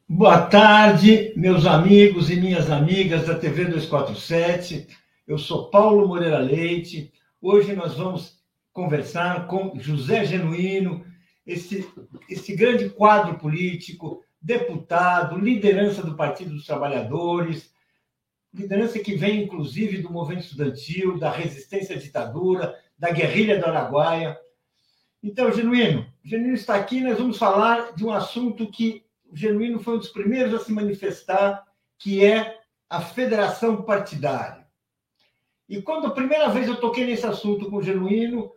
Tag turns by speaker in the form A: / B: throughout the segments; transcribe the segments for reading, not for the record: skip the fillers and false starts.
A: Boa tarde, meus amigos e minhas amigas da TV 247. Eu sou Paulo Moreira Leite. Hoje nós vamos conversar com José Genuíno, esse grande quadro político, deputado, liderança do Partido dos Trabalhadores, liderança que vem, inclusive, do movimento estudantil, da resistência à ditadura, da guerrilha do Araguaia. Então, Genuíno está aqui. Nós vamos falar de um assunto que o Genuíno foi um dos primeiros a se manifestar, que é a federação partidária. E quando a primeira vez eu toquei nesse assunto com o Genuíno,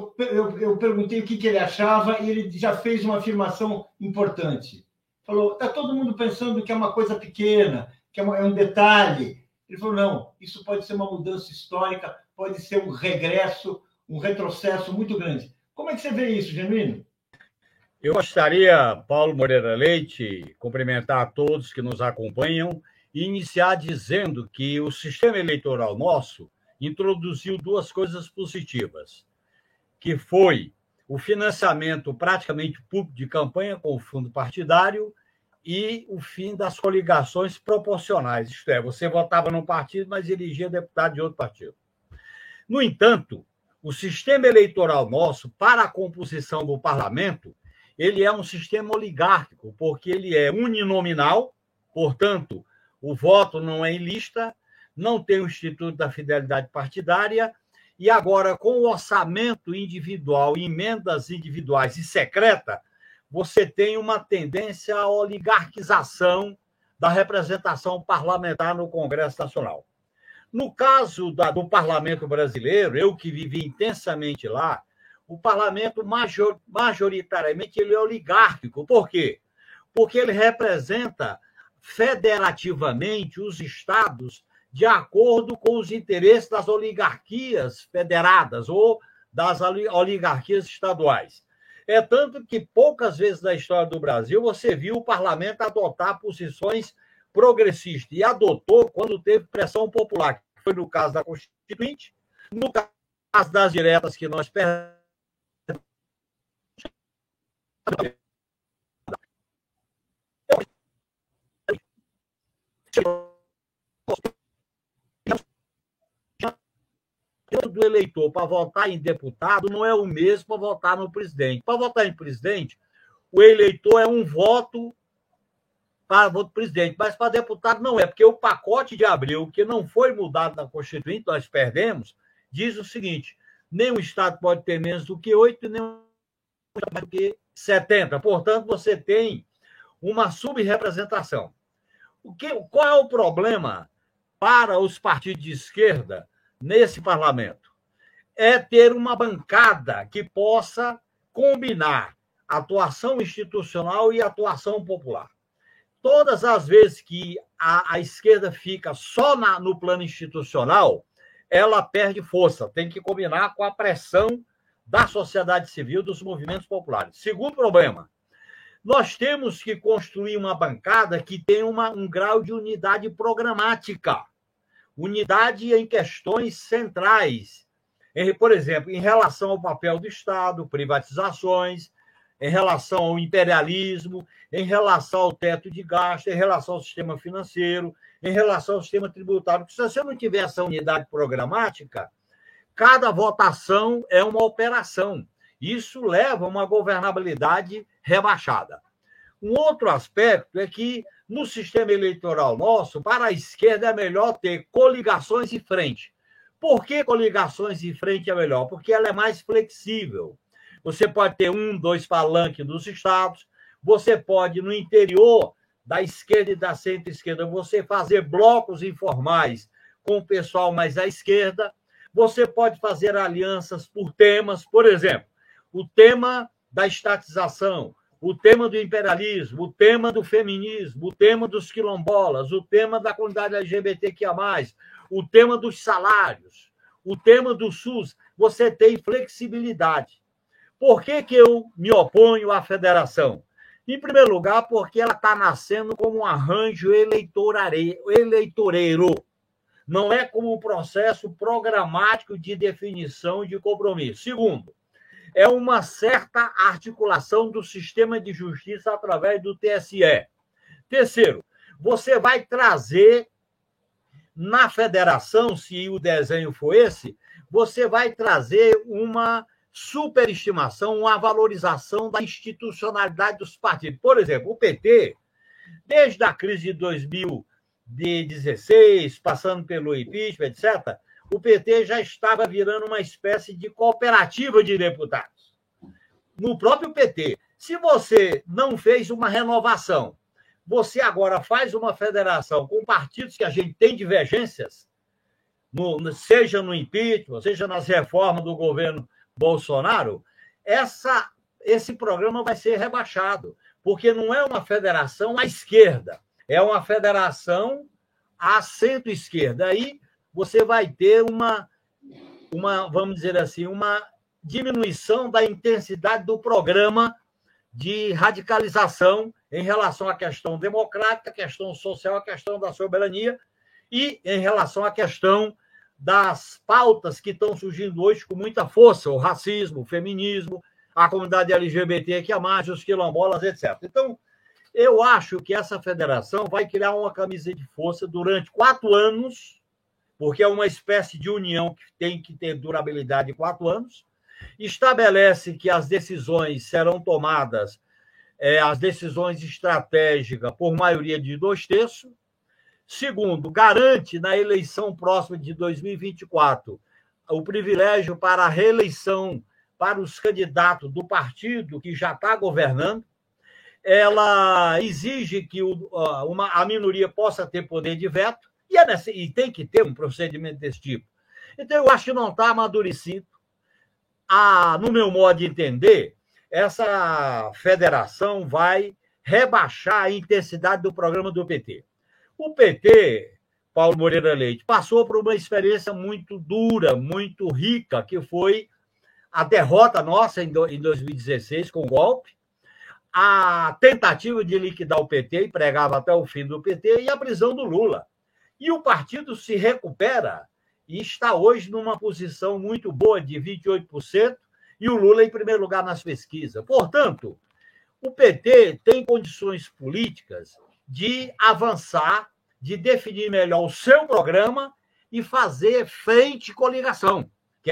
A: eu perguntei o que ele achava e ele já fez uma afirmação importante. Falou, está todo mundo pensando que é uma coisa pequena, que é um detalhe. Ele falou, não, isso pode ser uma mudança histórica, pode ser um regresso, um retrocesso muito grande. Como é que você vê isso, Genuíno?
B: Eu gostaria, Paulo Moreira Leite, cumprimentar a todos que nos acompanham e iniciar dizendo que o sistema eleitoral nosso introduziu duas coisas positivas, que foi o financiamento praticamente público de campanha com o fundo partidário e o fim das coligações proporcionais, isto é, você votava num partido, mas elegia deputado de outro partido. No entanto, o sistema eleitoral nosso, para a composição do parlamento, ele é um sistema oligárquico, porque ele é uninominal, portanto, o voto não é em lista, não tem o Instituto da Fidelidade Partidária, e agora, com o orçamento individual, emendas individuais e secreta, você tem uma tendência à oligarquização da representação parlamentar no Congresso Nacional. No caso do parlamento brasileiro, eu que vivi intensamente lá, o parlamento majoritariamente ele é oligárquico. Por quê? Porque ele representa federativamente os estados de acordo com os interesses das oligarquias federadas ou das oligarquias estaduais. É tanto que poucas vezes na história do Brasil você viu o parlamento adotar posições progressista e adotou quando teve pressão popular, que foi no caso da Constituinte, no caso das diretas que nós perdemos, do eleitor para votar em deputado não é o mesmo para votar no presidente. Para votar em presidente, o eleitor é um voto para voto presidente, mas para deputado não é, porque o pacote de abril, que não foi mudado na Constituinte, nós perdemos, diz o seguinte: nenhum estado pode ter menos do que 8 e nenhum mais do que 70. Portanto, você tem uma subrepresentação. Qual é o problema para os partidos de esquerda nesse parlamento? É ter uma bancada que possa combinar atuação institucional e atuação popular. Todas as vezes que a esquerda fica só no plano institucional, ela perde força, tem que combinar com a pressão da sociedade civil, dos movimentos populares. Segundo problema, nós temos que construir uma bancada que tenha um grau de unidade programática, unidade em questões centrais, por exemplo, em relação ao papel do Estado, privatizações, em relação ao imperialismo, em relação ao teto de gasto, em relação ao sistema financeiro, em relação ao sistema tributário. Porque se você não tiver essa unidade programática, cada votação é uma operação. Isso leva a uma governabilidade rebaixada. Um outro aspecto é que, no sistema eleitoral nosso, para a esquerda é melhor ter coligações e frente. Por que coligações e frente é melhor? Porque ela é mais flexível. Você pode ter 1, 2 palanques nos estados, você pode, no interior da esquerda e da centro-esquerda, você fazer blocos informais com o pessoal mais à esquerda, você pode fazer alianças por temas, por exemplo, o tema da estatização, o tema do imperialismo, o tema do feminismo, o tema dos quilombolas, o tema da comunidade LGBTQIA+, o tema dos salários, o tema do SUS. Você tem flexibilidade. Por que eu me oponho à federação? Em primeiro lugar, porque ela está nascendo como um arranjo eleitoreiro. Não é como um processo programático de definição de compromisso. Segundo, é uma certa articulação do sistema de justiça através do TSE. Terceiro, você vai trazer na federação, se o desenho for esse, você vai trazer uma superestimação, uma valorização da institucionalidade dos partidos. Por exemplo, o PT, desde a crise de 2016, passando pelo impeachment, etc., o PT já estava virando uma espécie de cooperativa de deputados. No próprio PT, se você não fez uma renovação, você agora faz uma federação com partidos que a gente tem divergências, seja no impeachment, seja nas reformas do governo Bolsonaro, esse programa vai ser rebaixado, porque não é uma federação à esquerda, é uma federação à centro-esquerda. Aí você vai ter vamos dizer assim, uma diminuição da intensidade do programa de radicalização em relação à questão democrática, à questão social, à questão da soberania e em relação à questão das pautas que estão surgindo hoje com muita força, o racismo, o feminismo, a comunidade LGBT, que é mais, os quilombolas, etc. Então, eu acho que essa federação vai criar uma camisa de força durante 4 anos, porque é uma espécie de união que tem que ter durabilidade de 4 anos, estabelece que as decisões serão tomadas, as decisões estratégicas, por maioria de 2/3. Segundo, garante na eleição próxima de 2024 o privilégio para a reeleição para os candidatos do partido que já está governando. Ela exige que a minoria possa ter poder de veto e tem que ter um procedimento desse tipo. Então, eu acho que não está amadurecido. No meu modo de entender, essa federação vai rebaixar a intensidade do programa do PT. O PT, Paulo Moreira Leite, passou por uma experiência muito dura, muito rica, que foi a derrota nossa em 2016 com o golpe, a tentativa de liquidar o PT, e pregava até o fim do PT, e a prisão do Lula. E o partido se recupera e está hoje numa posição muito boa de 28%, e o Lula em primeiro lugar nas pesquisas. Portanto, o PT tem condições políticas de avançar, de definir melhor o seu programa e fazer frente e coligação.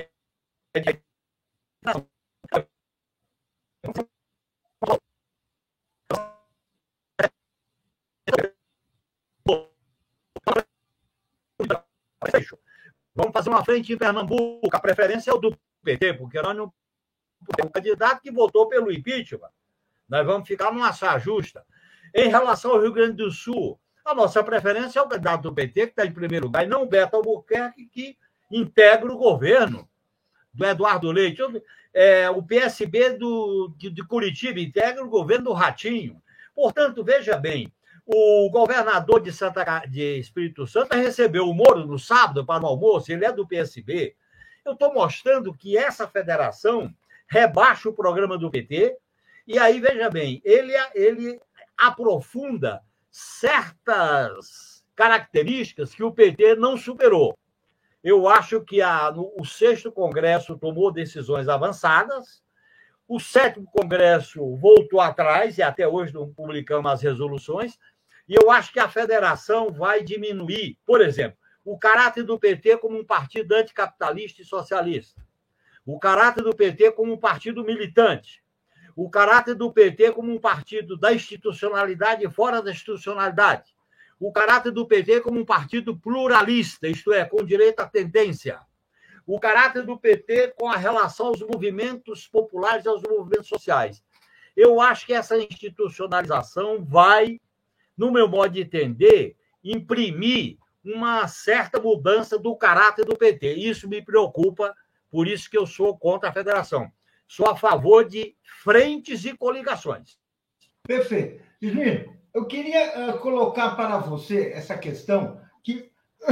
B: Vamos fazer uma frente em Pernambuco, a preferência é o do PT, porque nós não temos um candidato que votou pelo impeachment. Nós vamos ficar numa saia justa. Em relação ao Rio Grande do Sul, a nossa preferência é o candidato do PT, que está em primeiro lugar, e não o Beto Albuquerque, que integra o governo do Eduardo Leite. O PSB de Curitiba integra o governo do Ratinho. Portanto, veja bem, o governador de Espírito Santo recebeu o Moro no sábado para o almoço, ele é do PSB. Eu estou mostrando que essa federação rebaixa o programa do PT, e aí, veja bem, ele aprofunda certas características que o PT não superou. Eu acho que o 6º Congresso tomou decisões avançadas, o 7º Congresso voltou atrás, e até hoje não publicamos as resoluções, e eu acho que a federação vai diminuir, por exemplo, o caráter do PT como um partido anticapitalista e socialista, o caráter do PT como um partido militante, o caráter do PT como um partido da institucionalidade e fora da institucionalidade, o caráter do PT como um partido pluralista, isto é, com direito à tendência, o caráter do PT com a relação aos movimentos populares e aos movimentos sociais. Eu acho que essa institucionalização vai, no meu modo de entender, imprimir uma certa mudança do caráter do PT. Isso me preocupa, por isso que eu sou contra a federação. Sou a favor de frentes e coligações.
A: Perfeito. Virgínio, eu queria colocar para você essa questão que...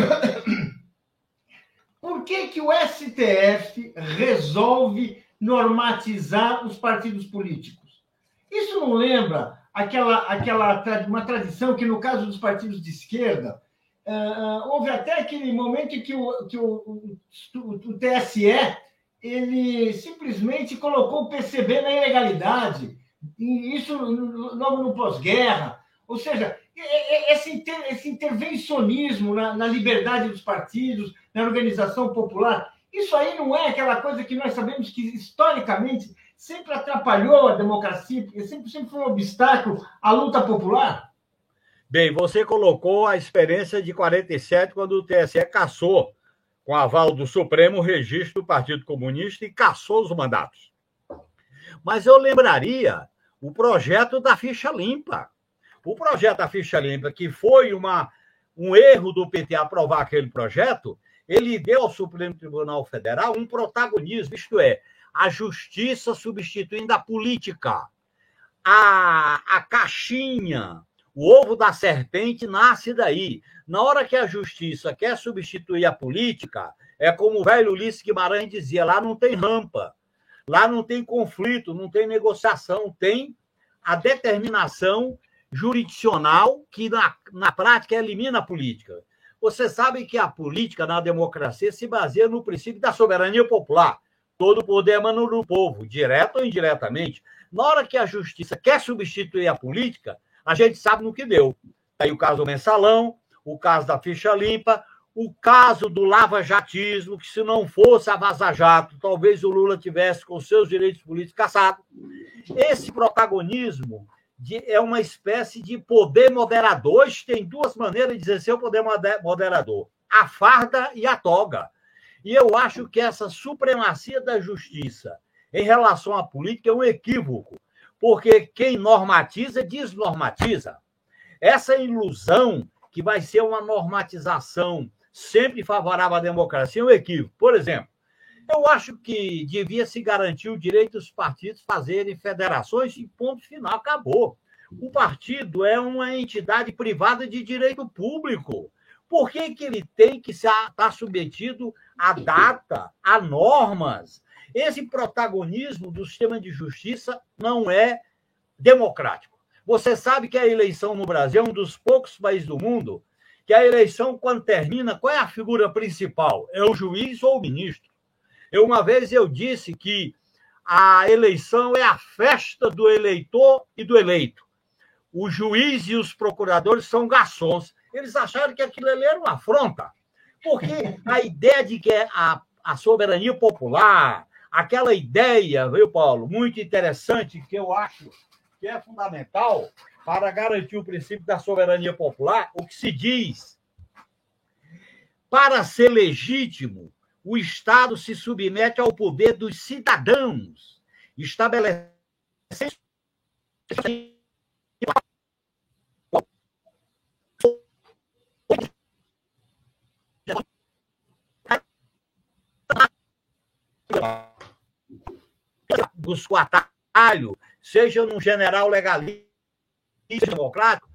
A: Por que o STF resolve normatizar os partidos políticos? Isso não lembra uma tradição que, no caso dos partidos de esquerda, houve até aquele momento em que o TSE ele simplesmente colocou o PCB na ilegalidade, e isso logo no pós-guerra. Ou seja, esse intervencionismo na liberdade dos partidos, na organização popular, isso aí não é aquela coisa que nós sabemos que, historicamente, sempre atrapalhou a democracia, sempre foi um obstáculo à luta popular?
B: Bem, você colocou a experiência de 47, quando o TSE cassou, com aval do Supremo, o registro do Partido Comunista e cassou os mandatos. Mas eu lembraria o projeto da ficha limpa. O projeto da ficha limpa, que foi um erro do PT aprovar aquele projeto, ele deu ao Supremo Tribunal Federal um protagonismo, isto é, a justiça substituindo a política. A caixinha, o ovo da serpente nasce daí. Na hora que a justiça quer substituir a política, é como o velho Ulisses Guimarães dizia, lá não tem rampa, lá não tem conflito, não tem negociação, tem a determinação jurisdicional que, na prática, elimina a política. Você sabe que a política na democracia se baseia no princípio da soberania popular. Todo poder emana do povo, direto ou indiretamente. Na hora que a justiça quer substituir a política, a gente sabe no que deu. Aí o caso do mensalão, o caso da ficha limpa, o caso do lava-jatismo, que se não fosse a Vaza Jato, talvez o Lula tivesse com seus direitos políticos cassados. Esse protagonismo é uma espécie de poder moderador. Hoje tem duas maneiras de exercer o poder moderador: a farda e a toga. E eu acho que essa supremacia da justiça em relação à política é um equívoco, porque quem normatiza, desnormatiza. Essa ilusão que vai ser uma normatização sempre favorável à democracia é um equívoco. Por exemplo, eu acho que devia se garantir o direito dos partidos fazerem federações e ponto final, acabou. O partido é uma entidade privada de direito público. Por que ele tem que estar submetido a data, a normas? Esse protagonismo do sistema de justiça não é democrático. Você sabe que a eleição no Brasil é um dos poucos países do mundo que a eleição, quando termina, qual é a figura principal? É o juiz ou o ministro? Uma vez eu disse que a eleição é a festa do eleitor e do eleito. O juiz e os procuradores são garçons. Eles acharam que aquilo ali era uma afronta. Porque a ideia de que a soberania popular, aquela ideia, viu, Paulo, muito interessante, que eu acho que é fundamental para garantir o princípio da soberania popular, o que se diz, para ser legítimo, o Estado se submete ao poder dos cidadãos, estabelecendo buscou atalho, seja num general legalista democrático,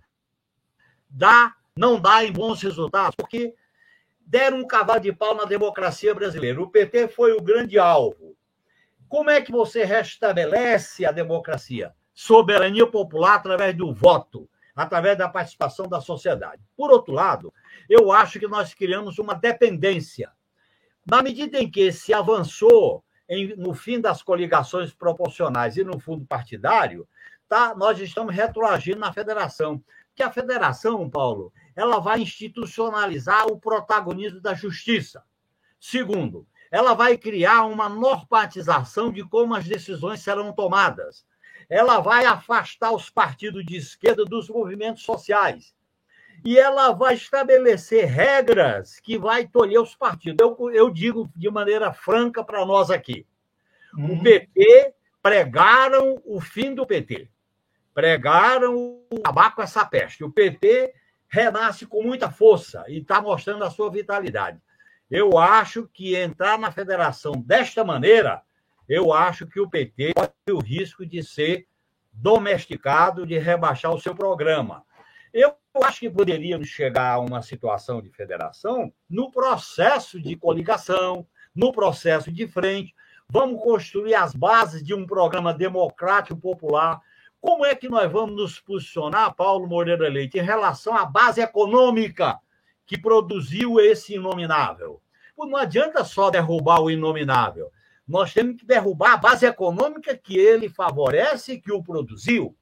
B: não dá em bons resultados, porque deram um cavalo de pau na democracia brasileira. O PT foi o grande alvo. Como é que você restabelece a democracia? Soberania popular através do voto, através da participação da sociedade. Por outro lado, eu acho que nós criamos uma dependência. Na medida em que se avançou no fim das coligações proporcionais e no fundo partidário, nós estamos retroagindo na federação. Que a federação, Paulo, ela vai institucionalizar o protagonismo da justiça. Segundo, ela vai criar uma normatização de como as decisões serão tomadas. Ela vai afastar os partidos de esquerda dos movimentos sociais. E ela vai estabelecer regras que vai tolher os partidos. Eu digo de maneira franca para nós aqui. O PT pregaram o fim do PT. Pregaram acabar com essa peste. O PT renasce com muita força e está mostrando a sua vitalidade. Eu acho que entrar na federação desta maneira, eu acho que o PT corre o risco de ser domesticado, de rebaixar o seu programa. Eu acho que poderíamos chegar a uma situação de federação no processo de coligação, no processo de frente. Vamos construir as bases de um programa democrático popular. Como é que nós vamos nos posicionar, Paulo Moreira Leite, em relação à base econômica que produziu esse inominável? Não adianta só derrubar o inominável. Nós temos que derrubar a base econômica que ele favorece e que o produziu.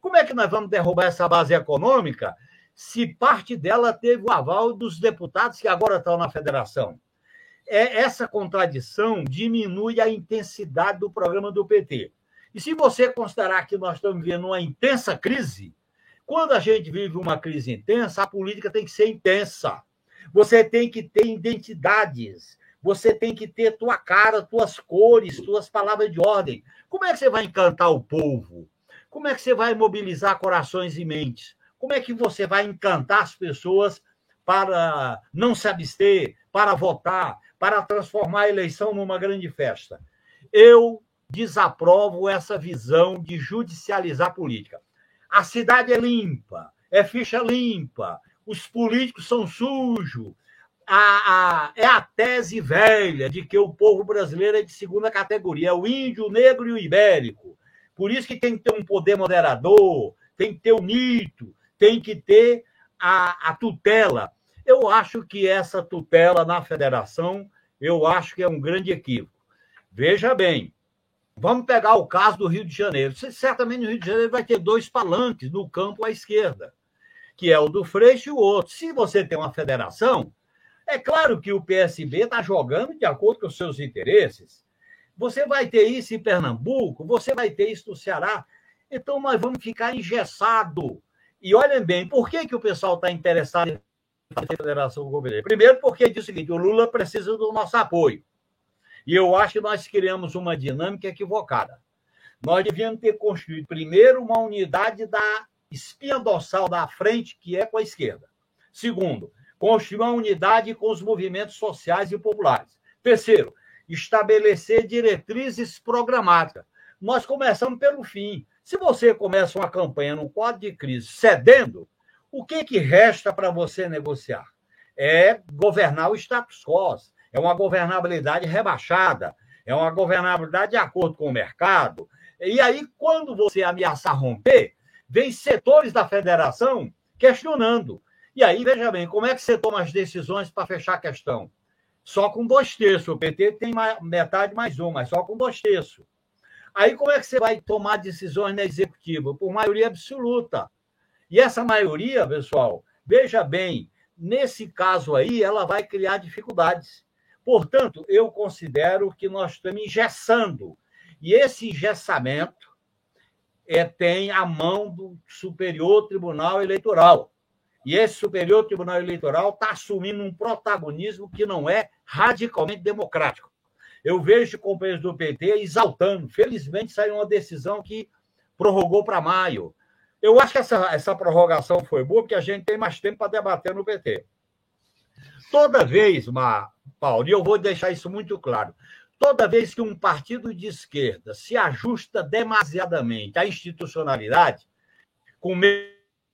B: Como é que nós vamos derrubar essa base econômica se parte dela teve o aval dos deputados que agora estão na federação? Essa contradição diminui a intensidade do programa do PT. E se você considerar que nós estamos vivendo uma intensa crise, quando a gente vive uma crise intensa, a política tem que ser intensa. Você tem que ter identidades, você tem que ter tua cara, tuas cores, tuas palavras de ordem. Como é que você vai encantar o povo? Como é que você vai mobilizar corações e mentes? Como é que você vai encantar as pessoas para não se abster, para votar, para transformar a eleição numa grande festa? Eu desaprovo essa visão de judicializar a política. A cidade é limpa, é ficha limpa, os políticos são sujos. É a tese velha de que o povo brasileiro é de segunda categoria, é o índio, o negro e o ibérico. Por isso que tem que ter um poder moderador, tem que ter o mito, tem que ter a tutela. Eu acho que essa tutela na federação, eu acho que é um grande equívoco. Veja bem, vamos pegar o caso do Rio de Janeiro. Certamente no Rio de Janeiro vai ter 2 palanques no campo à esquerda, que é o do Freixo e o outro. Se você tem uma federação, é claro que o PSB está jogando de acordo com os seus interesses. Você vai ter isso em Pernambuco, você vai ter isso no Ceará. Então, nós vamos ficar engessados. E olhem bem, por que o pessoal está interessado em fazer a federação com o governo? Primeiro, porque diz o seguinte, o Lula precisa do nosso apoio. E eu acho que nós criamos uma dinâmica equivocada. Nós devíamos ter construído, primeiro, uma unidade da espinha dorsal da frente, que é com a esquerda. Segundo, construir uma unidade com os movimentos sociais e populares. Terceiro, estabelecer diretrizes programáticas. Nós começamos pelo fim. Se você começa uma campanha num quadro de crise cedendo, o que resta para você negociar? É governar o status quo, é uma governabilidade rebaixada, é uma governabilidade de acordo com o mercado. E aí, quando você ameaçar romper, vem setores da federação questionando. E aí, veja bem, como é que você toma as decisões para fechar a questão? Só com 2/3. O PT tem metade mais um, mas só com 2/3. Aí, como é que você vai tomar decisões na executiva? Por maioria absoluta. E essa maioria, pessoal, veja bem, nesse caso aí, ela vai criar dificuldades. Portanto, eu considero que nós estamos engessando. E esse engessamento tem a mão do Superior Tribunal Eleitoral. E esse Superior Tribunal Eleitoral está assumindo um protagonismo que não é radicalmente democrático. Eu vejo companheiros do PT exaltando. Felizmente, saiu uma decisão que prorrogou para maio. Eu acho que essa prorrogação foi boa, porque a gente tem mais tempo para debater no PT. Toda vez, Paulo, e eu vou deixar isso muito claro, toda vez que um partido de esquerda se ajusta demasiadamente à institucionalidade, com medo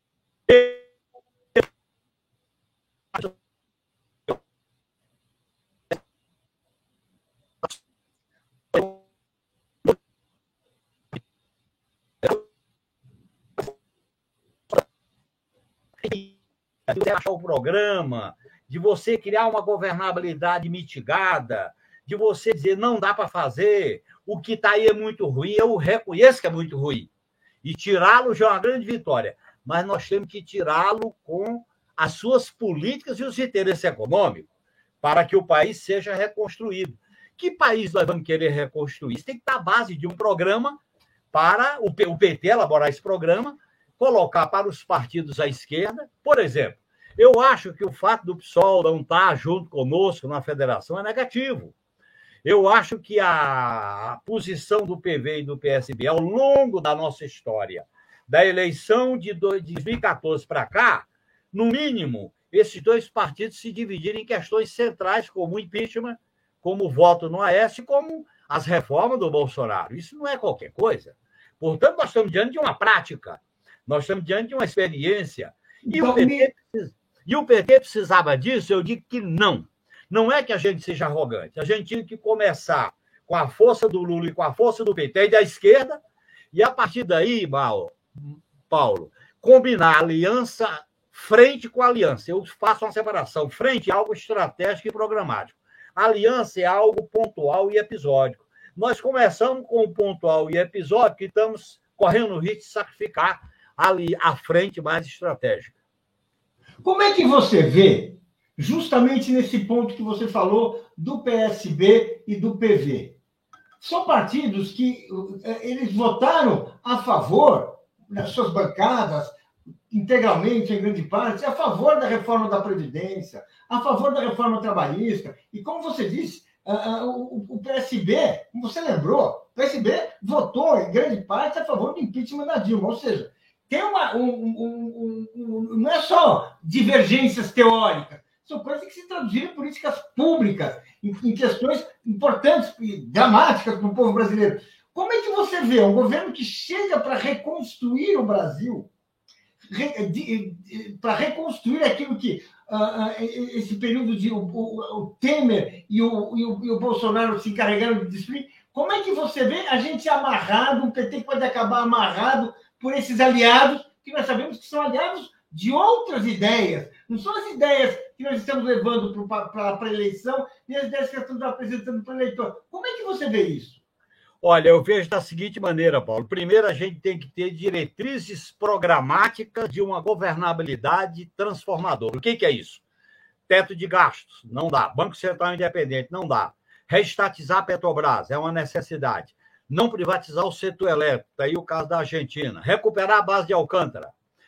B: de achar o programa, de você criar uma governabilidade mitigada, de você dizer não dá para fazer, o que está aí é muito ruim, eu reconheço que é muito ruim. E tirá-lo já é uma grande vitória. Mas nós temos que tirá-lo com as suas políticas e os interesses econômicos para que o país seja reconstruído. Que país nós vamos querer reconstruir? Isso tem que estar à base de um programa para o PT elaborar esse programa, colocar para os partidos à esquerda. Por exemplo, eu acho que o fato do PSOL não estar junto conosco na federação é negativo. Eu acho que a posição do PV e do PSB ao longo da nossa história, da eleição de 2014 para cá, no mínimo, esses 2 partidos se dividiram em questões centrais, como o impeachment, como o voto no Aécio, como as reformas do Bolsonaro. Isso não é qualquer coisa. Portanto, nós estamos diante de uma prática, nós estamos diante de uma experiência. E o PT precisava disso? Eu digo que não. Não é que a gente seja arrogante. A gente tinha que começar com a força do Lula e com a força do PT e da esquerda, e a partir daí, Paulo, combinar aliança frente com aliança. Eu faço uma separação. Frente é algo estratégico e programático. Aliança é algo pontual e episódico. Nós começamos com o pontual e episódico e estamos correndo o risco de sacrificar ali à frente mais estratégica.
A: Como é que você vê, justamente nesse ponto que você falou do PSB e do PV? São partidos que eles votaram a favor, nas suas bancadas, integralmente, em grande parte, a favor da reforma da Previdência, a favor da reforma trabalhista. E, como você disse, o PSB, como você lembrou, o PSB votou, em grande parte, a favor do impeachment da Dilma. Ou seja, tem não é só divergências teóricas, são coisas que se traduziram em políticas públicas, em questões importantes e dramáticas para o povo brasileiro. Como é que você vê um governo que chega para reconstruir o Brasil, para reconstruir aquilo que esse período de o Temer e o Bolsonaro se encarregaram de destruir? Como é que você vê a gente amarrado, um PT que pode acabar amarrado por esses aliados, que nós sabemos que são aliados de outras ideias, não são as ideias que nós estamos levando para a eleição e as ideias que nós estamos apresentando para o eleitor. Como é que você vê isso?
B: Olha, eu vejo da seguinte maneira, Paulo. Primeiro, a gente tem que ter diretrizes programáticas de uma governabilidade transformadora. O que é isso? Teto de gastos, não dá. Banco Central Independente, não dá. Reestatizar a Petrobras, é uma necessidade. Não privatizar o setor elétrico, está aí o caso da Argentina. Recuperar a base de Alcântara.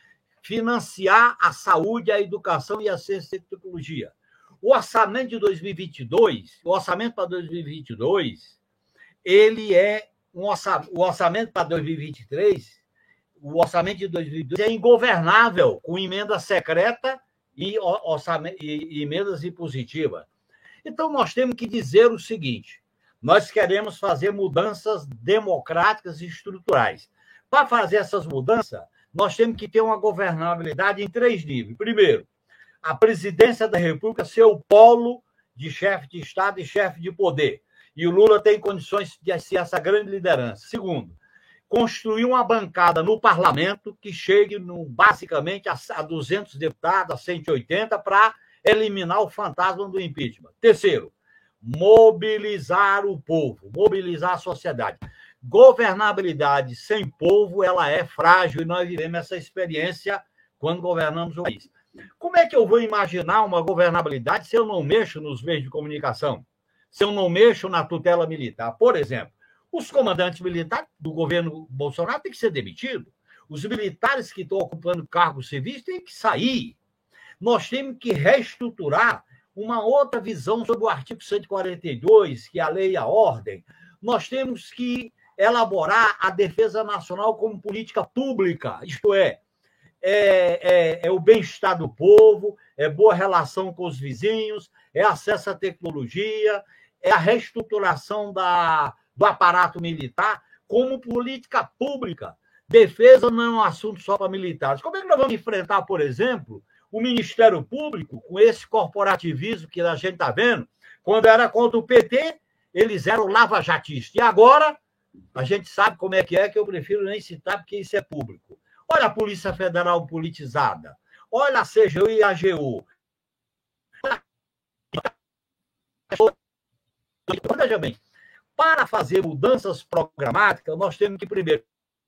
B: Financiar a saúde, a educação e a ciência e tecnologia. O orçamento de 2022, o orçamento para 2022, ele é o orçamento para 2023, o orçamento de 2022 é ingovernável, com emenda secreta e emendas impositivas. Então, nós temos que dizer o seguinte: nós queremos fazer mudanças democráticas e estruturais. Para fazer essas mudanças, nós temos que ter uma governabilidade em 3 níveis. Primeiro, a presidência da República ser o polo de chefe de Estado e chefe de poder. E o Lula tem condições de ser essa grande liderança. Segundo, construir uma bancada no parlamento que chegue basicamente a 200 deputados, a 180, para eliminar o fantasma do impeachment. Terceiro, mobilizar o povo, mobilizar a sociedade. Governabilidade sem povo, ela é frágil, e nós vivemos essa experiência quando governamos o país. Como é que eu vou imaginar uma governabilidade se eu não mexo nos meios de comunicação? Se eu não mexo na tutela militar? Por exemplo, os comandantes militares do governo Bolsonaro têm que ser demitidos. Os militares que estão ocupando cargos civis têm que sair. Nós temos que reestruturar uma outra visão sobre o artigo 142, que é a lei e a ordem. Nós temos que elaborar a defesa nacional como política pública, isto é o bem-estar do povo, é boa relação com os vizinhos, é acesso à tecnologia, é a reestruturação do aparato militar como política pública. Defesa não é um assunto só para militares. Como é que nós vamos enfrentar, por exemplo, o Ministério Público com esse corporativismo que a gente está vendo? Quando era contra o PT, eles eram lavajatistas. E agora, a gente sabe como é, que eu prefiro nem citar, porque isso é público. Olha a Polícia Federal politizada. Olha a CGU e a AGU. Veja bem, para fazer mudanças programáticas, nós temos que primeiro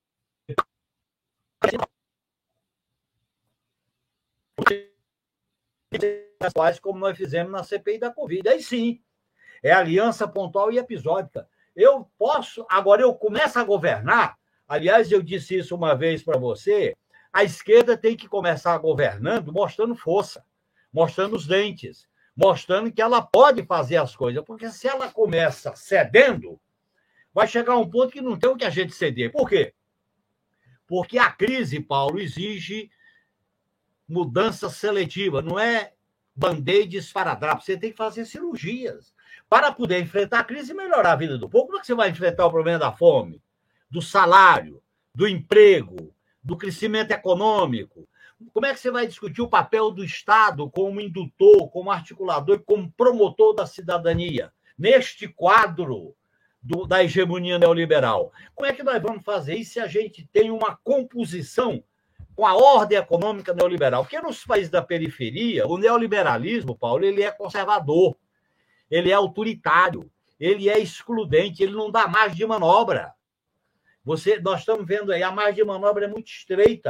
B: como nós fizemos na CPI da Covid. Aí sim, é aliança pontual e episódica. Agora eu começo a governar. Aliás, eu disse isso uma vez para você, a esquerda tem que começar governando mostrando força, mostrando os dentes, mostrando que ela pode fazer as coisas, porque se ela começa cedendo, vai chegar um ponto que não tem o que a gente ceder. Por quê? Porque a crise, Paulo, exige mudança seletiva, não é band-aid e esparadrapo. Você tem que fazer cirurgias para poder enfrentar a crise e melhorar a vida do povo. Como é que você vai enfrentar o problema da fome, do salário, do emprego, do crescimento econômico? Como é que você vai discutir o papel do Estado como indutor, como articulador e como promotor da cidadania neste quadro da hegemonia neoliberal? Como é que nós vamos fazer isso se a gente tem uma composição com a ordem econômica neoliberal? Porque nos países da periferia, o neoliberalismo, Paulo, ele é conservador, ele é autoritário, ele é excludente, ele não dá margem de manobra. Nós estamos vendo aí, a margem de manobra é muito estreita.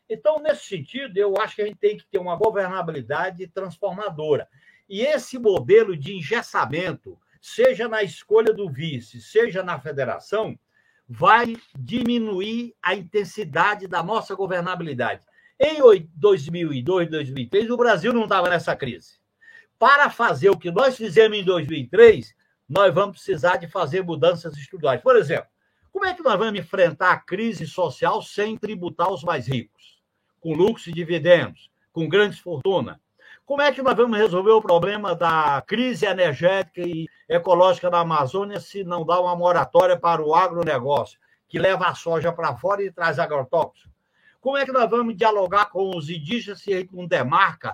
B: Então, nesse sentido, eu acho que a gente tem que ter uma governabilidade transformadora. E esse modelo de engessamento, seja na escolha do vice, seja na federação, vai diminuir a intensidade da nossa governabilidade. Em 2002, 2003, o Brasil não estava nessa crise. Para fazer o que nós fizemos em 2003, nós vamos precisar de fazer mudanças estruturais. Por exemplo, como é que nós vamos enfrentar a crise social sem tributar os mais ricos? Com lucros e dividendos, com grandes fortunas. Como é que nós vamos resolver o problema da crise energética e ecológica da Amazônia se não dá uma moratória para o agronegócio, que leva a soja para fora e traz agrotóxicos? Como é que nós vamos dialogar com os indígenas se a gente não demarca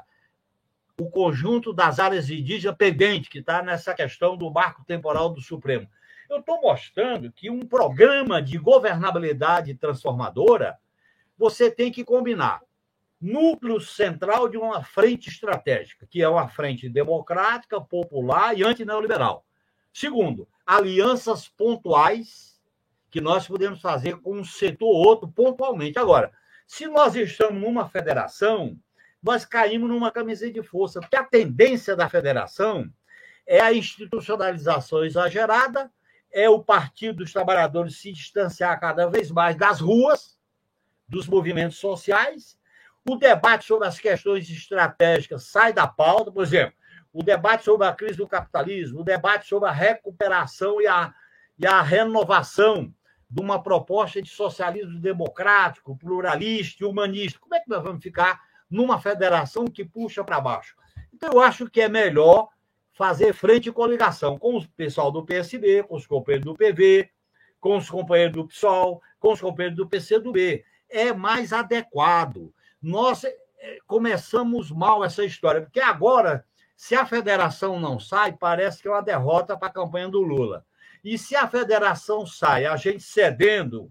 B: o conjunto das áreas indígenas pendentes, que está nessa questão do marco temporal do Supremo? Eu estou mostrando que um programa de governabilidade transformadora, você tem que combinar núcleo central de uma frente estratégica, que é uma frente democrática, popular e antineoliberal. Segundo, alianças pontuais que nós podemos fazer com um setor ou outro pontualmente. Agora, se nós estamos numa federação, nós caímos numa camisa de força, porque a tendência da federação é a institucionalização exagerada, é o Partido dos Trabalhadores se distanciar cada vez mais das ruas, dos movimentos sociais. O debate sobre as questões estratégicas sai da pauta, por exemplo, o debate sobre a crise do capitalismo, o debate sobre a recuperação e a renovação de uma proposta de socialismo democrático, pluralista e humanista. Como é que nós vamos ficar numa federação que puxa para baixo? Então, eu acho que é melhor fazer frente e coligação com o pessoal do PSB, com os companheiros do PV, com os companheiros do PSOL, com os companheiros do PCdoB. É mais adequado. Nós começamos mal essa história, porque agora, se a federação não sai, parece que é uma derrota para a campanha do Lula. E se a federação sai, a gente cedendo,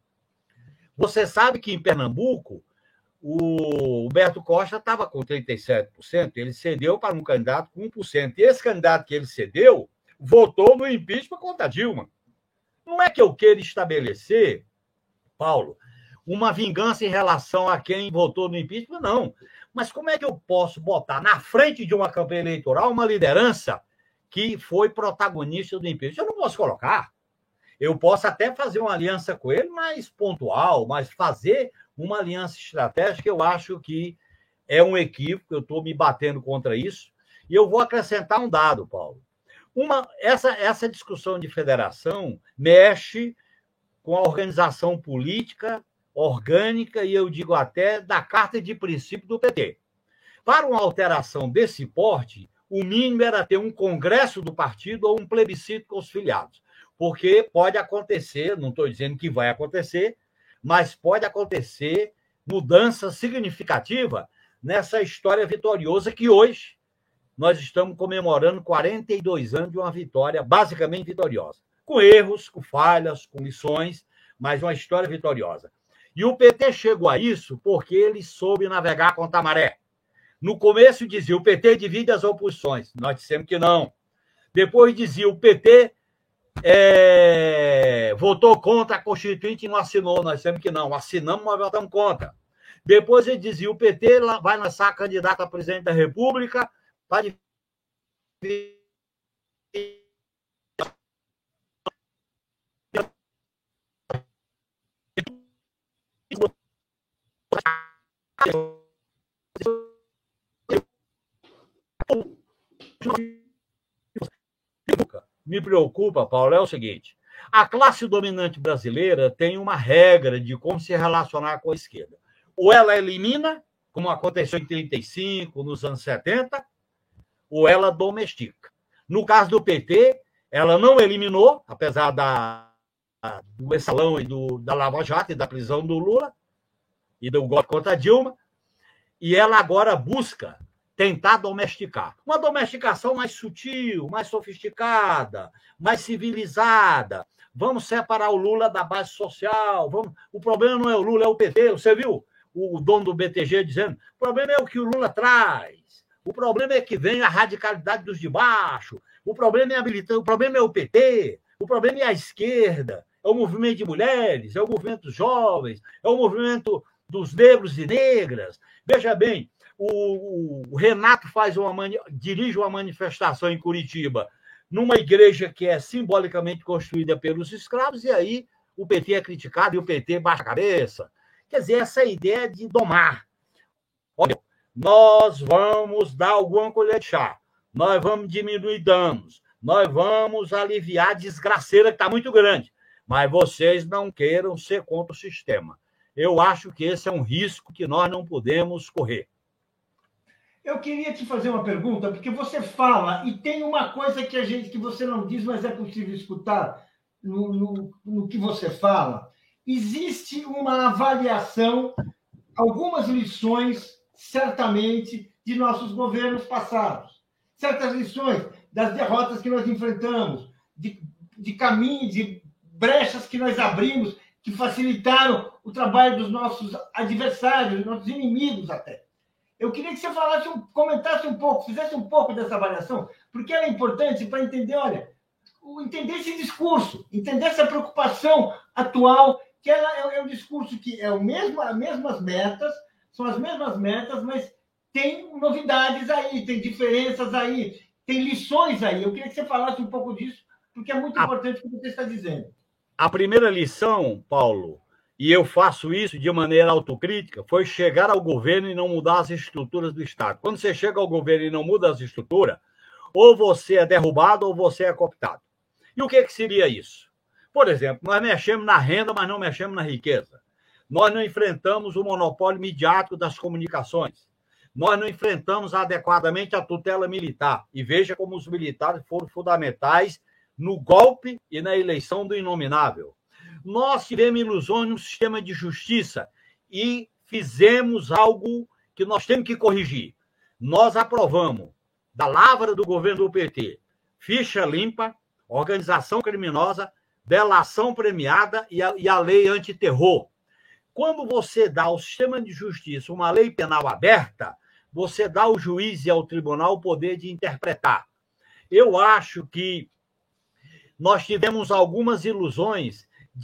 B: você sabe que em Pernambuco, o Humberto Costa estava com 37%, ele cedeu para um candidato com 1%. E esse candidato que ele cedeu votou no impeachment contra a Dilma. Não é que eu queira estabelecer, Paulo, uma vingança em relação a quem votou no impeachment, não. Mas como é que eu posso botar na frente de uma campanha eleitoral uma liderança que foi protagonista do impeachment? Eu não posso colocar. Eu posso até fazer uma aliança com ele mais pontual, mas fazer uma aliança estratégica, eu acho que é um equívoco, eu estou me batendo contra isso. E eu vou acrescentar um dado, Paulo. Essa discussão de federação mexe com a organização política orgânica, e eu digo até da carta de princípio do PT. Para uma alteração desse porte, o mínimo era ter um congresso do partido ou um plebiscito com os filiados. Porque pode acontecer, não estou dizendo que vai acontecer, mas pode acontecer mudança significativa nessa história vitoriosa que hoje nós estamos comemorando 42 anos de uma vitória basicamente vitoriosa. Com erros, com falhas, com lições, mas uma história vitoriosa. E o PT chegou a isso porque ele soube navegar contra a maré. No começo dizia, o PT divide as oposições. Nós dissemos que não. Depois dizia, o PT votou contra a Constituinte e não assinou. Nós dissemos que não. Assinamos, mas votamos contra. Depois ele dizia, o PT vai lançar candidato a presidente da República para me preocupa, Paulo, é o seguinte: a classe dominante brasileira tem uma regra de como se relacionar com a esquerda. Ou ela elimina, como aconteceu em 35, nos anos 70, ou ela domestica. No caso do PT, ela não eliminou, apesar do mensalão e da Lava Jato e da prisão do Lula e do golpe contra a Dilma, e ela agora busca tentar domesticar. Uma domesticação mais sutil, mais sofisticada, mais civilizada. Vamos separar o Lula da base social. O problema não é o Lula, é o PT. Você viu o dono do BTG dizendo? O problema é o que o Lula traz. O problema é que vem a radicalidade dos de baixo. O problema é a militância. O problema é o PT. O problema é a esquerda. É o movimento de mulheres, é o movimento jovens, é o movimento dos negros e negras. Veja bem, o Renato dirige uma manifestação em Curitiba, numa igreja que é simbolicamente construída pelos escravos, e aí o PT é criticado e o PT baixa a cabeça. Quer dizer, essa ideia de domar. Olha, nós vamos dar alguma colher de chá, nós vamos diminuir danos, nós vamos aliviar a desgraceira que está muito grande, mas vocês não queiram ser contra o sistema. Eu acho que esse é um risco que nós não podemos correr.
A: Eu queria te fazer uma pergunta, porque você fala, e tem uma coisa que você não diz, mas é possível escutar no que você fala. Existe uma avaliação, algumas lições, certamente, de nossos governos passados. Certas lições das derrotas que nós enfrentamos, de caminhos, de brechas que nós abrimos, que facilitaram o trabalho dos nossos adversários, dos nossos inimigos até. Eu queria que você comentasse um pouco, fizesse um pouco dessa avaliação, porque ela é importante para entender, olha, entender esse discurso, entender essa preocupação atual, que ela é um discurso que é as mesmas metas, são as mesmas metas, mas tem novidades aí, tem diferenças aí, tem lições aí. Eu queria que você falasse um pouco disso, porque é muito importante o que você está dizendo.
B: A primeira lição, Paulo, e eu faço isso de maneira autocrítica, foi chegar ao governo e não mudar as estruturas do Estado. Quando você chega ao governo e não muda as estruturas, ou você é derrubado ou você é cooptado. E o que seria isso? Por exemplo, nós mexemos na renda, mas não mexemos na riqueza. Nós não enfrentamos o monopólio midiático das comunicações. Nós não enfrentamos adequadamente a tutela militar. E veja como os militares foram fundamentais no golpe e na eleição do inominável. Nós tivemos ilusões no sistema de justiça e fizemos algo que nós temos que corrigir. Nós aprovamos, da lavra do governo do PT, ficha limpa, organização criminosa, delação premiada e a lei antiterror. Quando você dá ao sistema de justiça uma lei penal aberta, você dá ao juiz e ao tribunal o poder de interpretar. Eu acho que nós tivemos algumas ilusões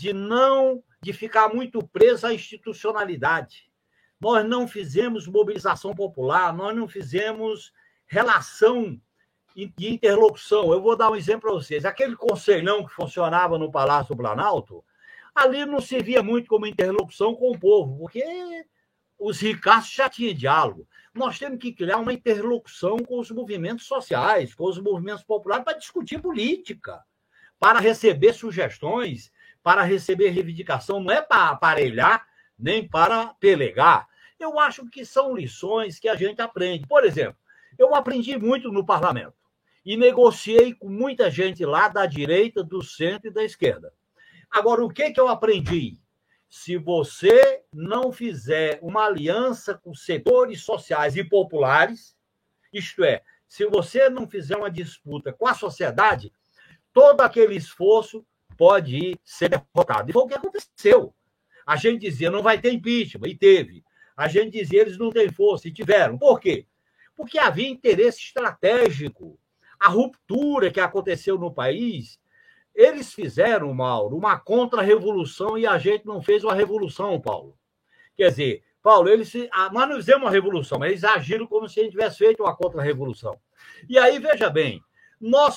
B: de ficar muito preso à institucionalidade. Nós não fizemos mobilização popular, nós não fizemos relação de interlocução. Eu vou dar um exemplo para vocês. Aquele conselhão que funcionava no Palácio do Planalto, ali não servia muito como interlocução com o povo, porque os ricaços já tinham diálogo. Nós temos que criar uma interlocução com os movimentos sociais, com os movimentos populares, para discutir política, para receber sugestões, para receber reivindicação, não é para aparelhar, nem para pelegar. Eu acho que são lições que a gente aprende. Por exemplo, eu aprendi muito no parlamento e negociei com muita gente lá da direita, do centro e da esquerda. Agora, o que eu aprendi? Se você não fizer uma aliança com setores sociais e populares, isto é, se você não fizer uma disputa com a sociedade, todo aquele esforço pode ser derrotado. E foi o que aconteceu. A gente dizia, não vai ter impeachment, e teve. A gente dizia, eles não têm força, e tiveram. Por quê? Porque havia interesse estratégico. A ruptura que aconteceu no país, eles fizeram, Mauro, uma contra-revolução e a gente não fez uma revolução, Paulo. Quer dizer, Paulo, nós não fizemos uma revolução, mas eles agiram como se a gente tivesse feito uma contra-revolução. E aí, veja bem, nós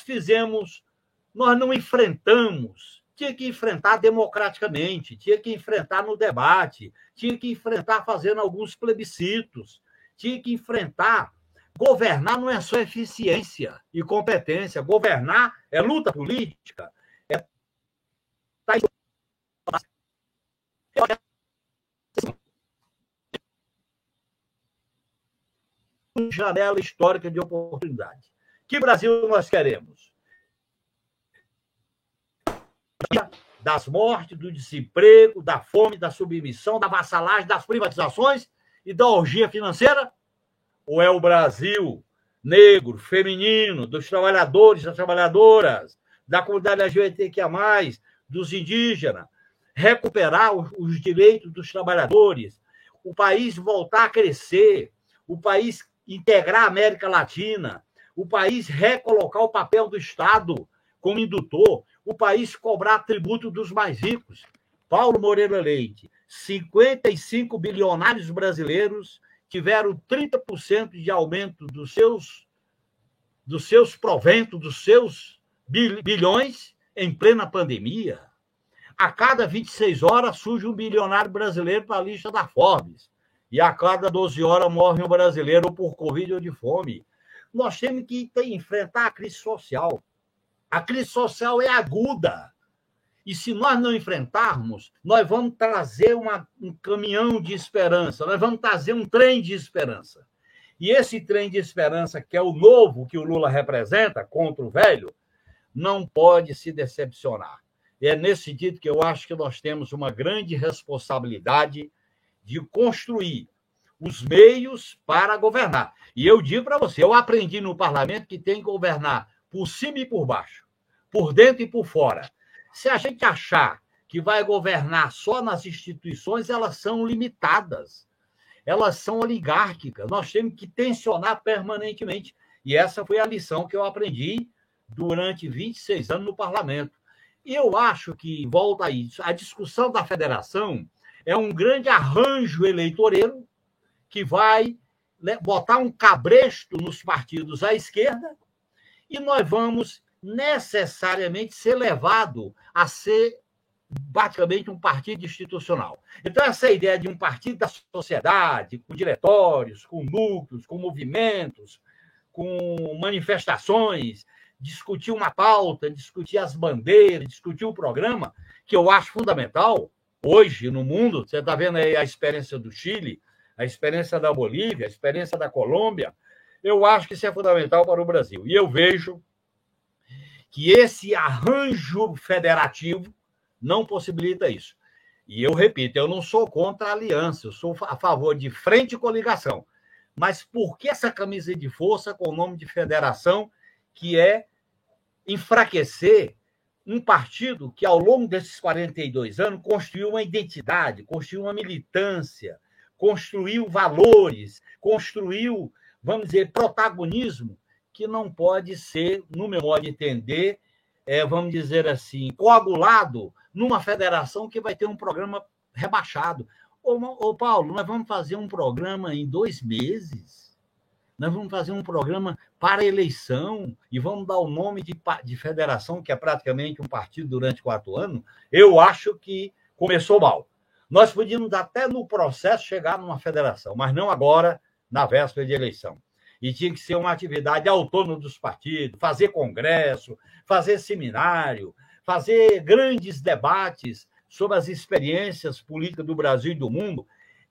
B: não enfrentamos, tinha que enfrentar democraticamente, tinha que enfrentar no debate, tinha que enfrentar fazendo alguns plebiscitos, tinha que enfrentar. Governar não é só eficiência e competência, governar é luta política, janela histórica de oportunidade. Que Brasil nós queremos? Das mortes, do desemprego, da fome, da submissão, da vassalagem, das privatizações e da orgia financeira? Ou é o Brasil negro, feminino, dos trabalhadores, das trabalhadoras, da comunidade LGBTQIA+, dos indígenas, recuperar os direitos dos trabalhadores, o país voltar a crescer, o país integrar a América Latina, o país recolocar o papel do Estado como indutor, o país cobrar tributo dos mais ricos. Paulo Moreira Leite, 55 bilionários brasileiros tiveram 30% de aumento dos seus proventos, dos seus bilhões em plena pandemia. A cada 26 horas surge um bilionário brasileiro para a lista da Forbes. E a cada 12 horas morre um brasileiro por Covid ou de fome. Nós temos que enfrentar a crise social. A crise social é aguda. E se nós não enfrentarmos, nós vamos trazer um caminhão de esperança, nós vamos trazer um trem de esperança. E esse trem de esperança, que é o novo que o Lula representa contra o velho, não pode se decepcionar. E é nesse sentido que eu acho que nós temos uma grande responsabilidade de construir os meios para governar. E eu digo para você, eu aprendi no parlamento que tem que governar por cima e por baixo, por dentro e por fora. Se a gente achar que vai governar só nas instituições, elas são limitadas, elas são oligárquicas. Nós temos que tensionar permanentemente. E essa foi a lição que eu aprendi durante 26 anos no parlamento. E eu acho que, volta aí, a discussão da federação é um grande arranjo eleitoreiro que vai botar um cabresto nos partidos à esquerda e nós vamos necessariamente ser levado a ser praticamente um partido institucional. Então, essa ideia de um partido da sociedade, com diretórios, com núcleos, com movimentos, com manifestações, discutir uma pauta, discutir as bandeiras, discutir o programa, que eu acho fundamental hoje no mundo. Você está vendo aí a experiência do Chile, a experiência da Bolívia, a experiência da Colômbia. Eu acho que isso é fundamental para o Brasil. E eu vejo que esse arranjo federativo não possibilita isso. E eu repito, eu não sou contra a aliança, eu sou a favor de frente e coligação. Mas por que essa camisa de força com o nome de federação, que é enfraquecer um partido que, ao longo desses 42 anos, construiu uma identidade, construiu uma militância, construiu valores, construiu, vamos dizer, protagonismo, que não pode ser, no meu modo de entender, vamos dizer assim, coagulado numa federação que vai ter um programa rebaixado. Ô Paulo, nós vamos fazer um programa em 2 meses? Nós vamos fazer um programa para eleição e vamos dar o nome de federação, que é praticamente um partido durante 4 anos? Eu acho que começou mal. Nós podíamos até no processo chegar numa federação, mas não agora, na véspera de eleição. E tinha que ser uma atividade autônoma dos partidos, fazer congresso, fazer seminário, fazer grandes debates sobre as experiências políticas do Brasil e do mundo.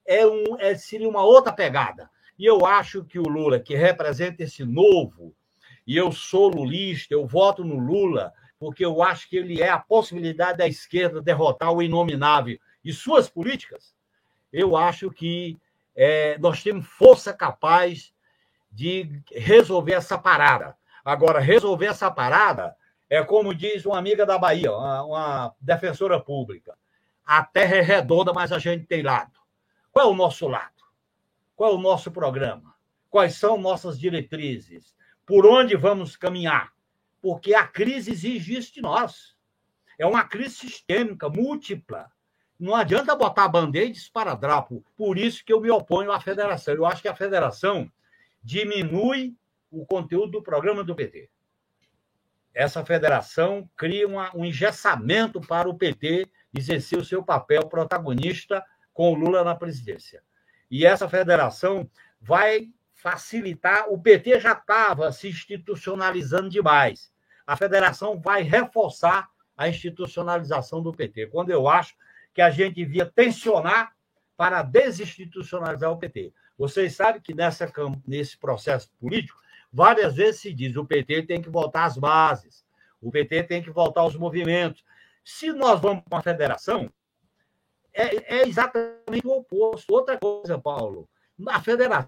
B: Seria uma outra pegada. E eu acho que o Lula, que representa esse novo, e eu sou lulista, eu voto no Lula, porque eu acho que ele é a possibilidade da esquerda derrotar o inominável e suas políticas, eu acho que nós temos força capaz de resolver essa parada. Agora, resolver essa parada é como diz uma amiga da Bahia, uma defensora pública. A terra é redonda, mas a gente tem lado. Qual é o nosso lado? Qual é o nosso programa? Quais são nossas diretrizes? Por onde vamos caminhar? Porque a crise exige isso de nós. É uma crise sistêmica, múltipla. Não adianta botar band-aid e esparadrapo. Por isso que eu me oponho à federação. Eu acho que a federação diminui o conteúdo do programa do PT. Essa federação cria um engessamento para o PT exercer o seu papel protagonista com o Lula na presidência. E essa federação vai facilitar. O PT já estava se institucionalizando demais. A federação vai reforçar a institucionalização do PT, quando eu acho que a gente devia tensionar para desinstitucionalizar o PT. Vocês sabem que nesse processo político, várias vezes se diz que o PT tem que voltar às bases, o PT tem que voltar aos movimentos. Se nós vamos para uma federação, é exatamente o oposto. Outra coisa, Paulo, a federação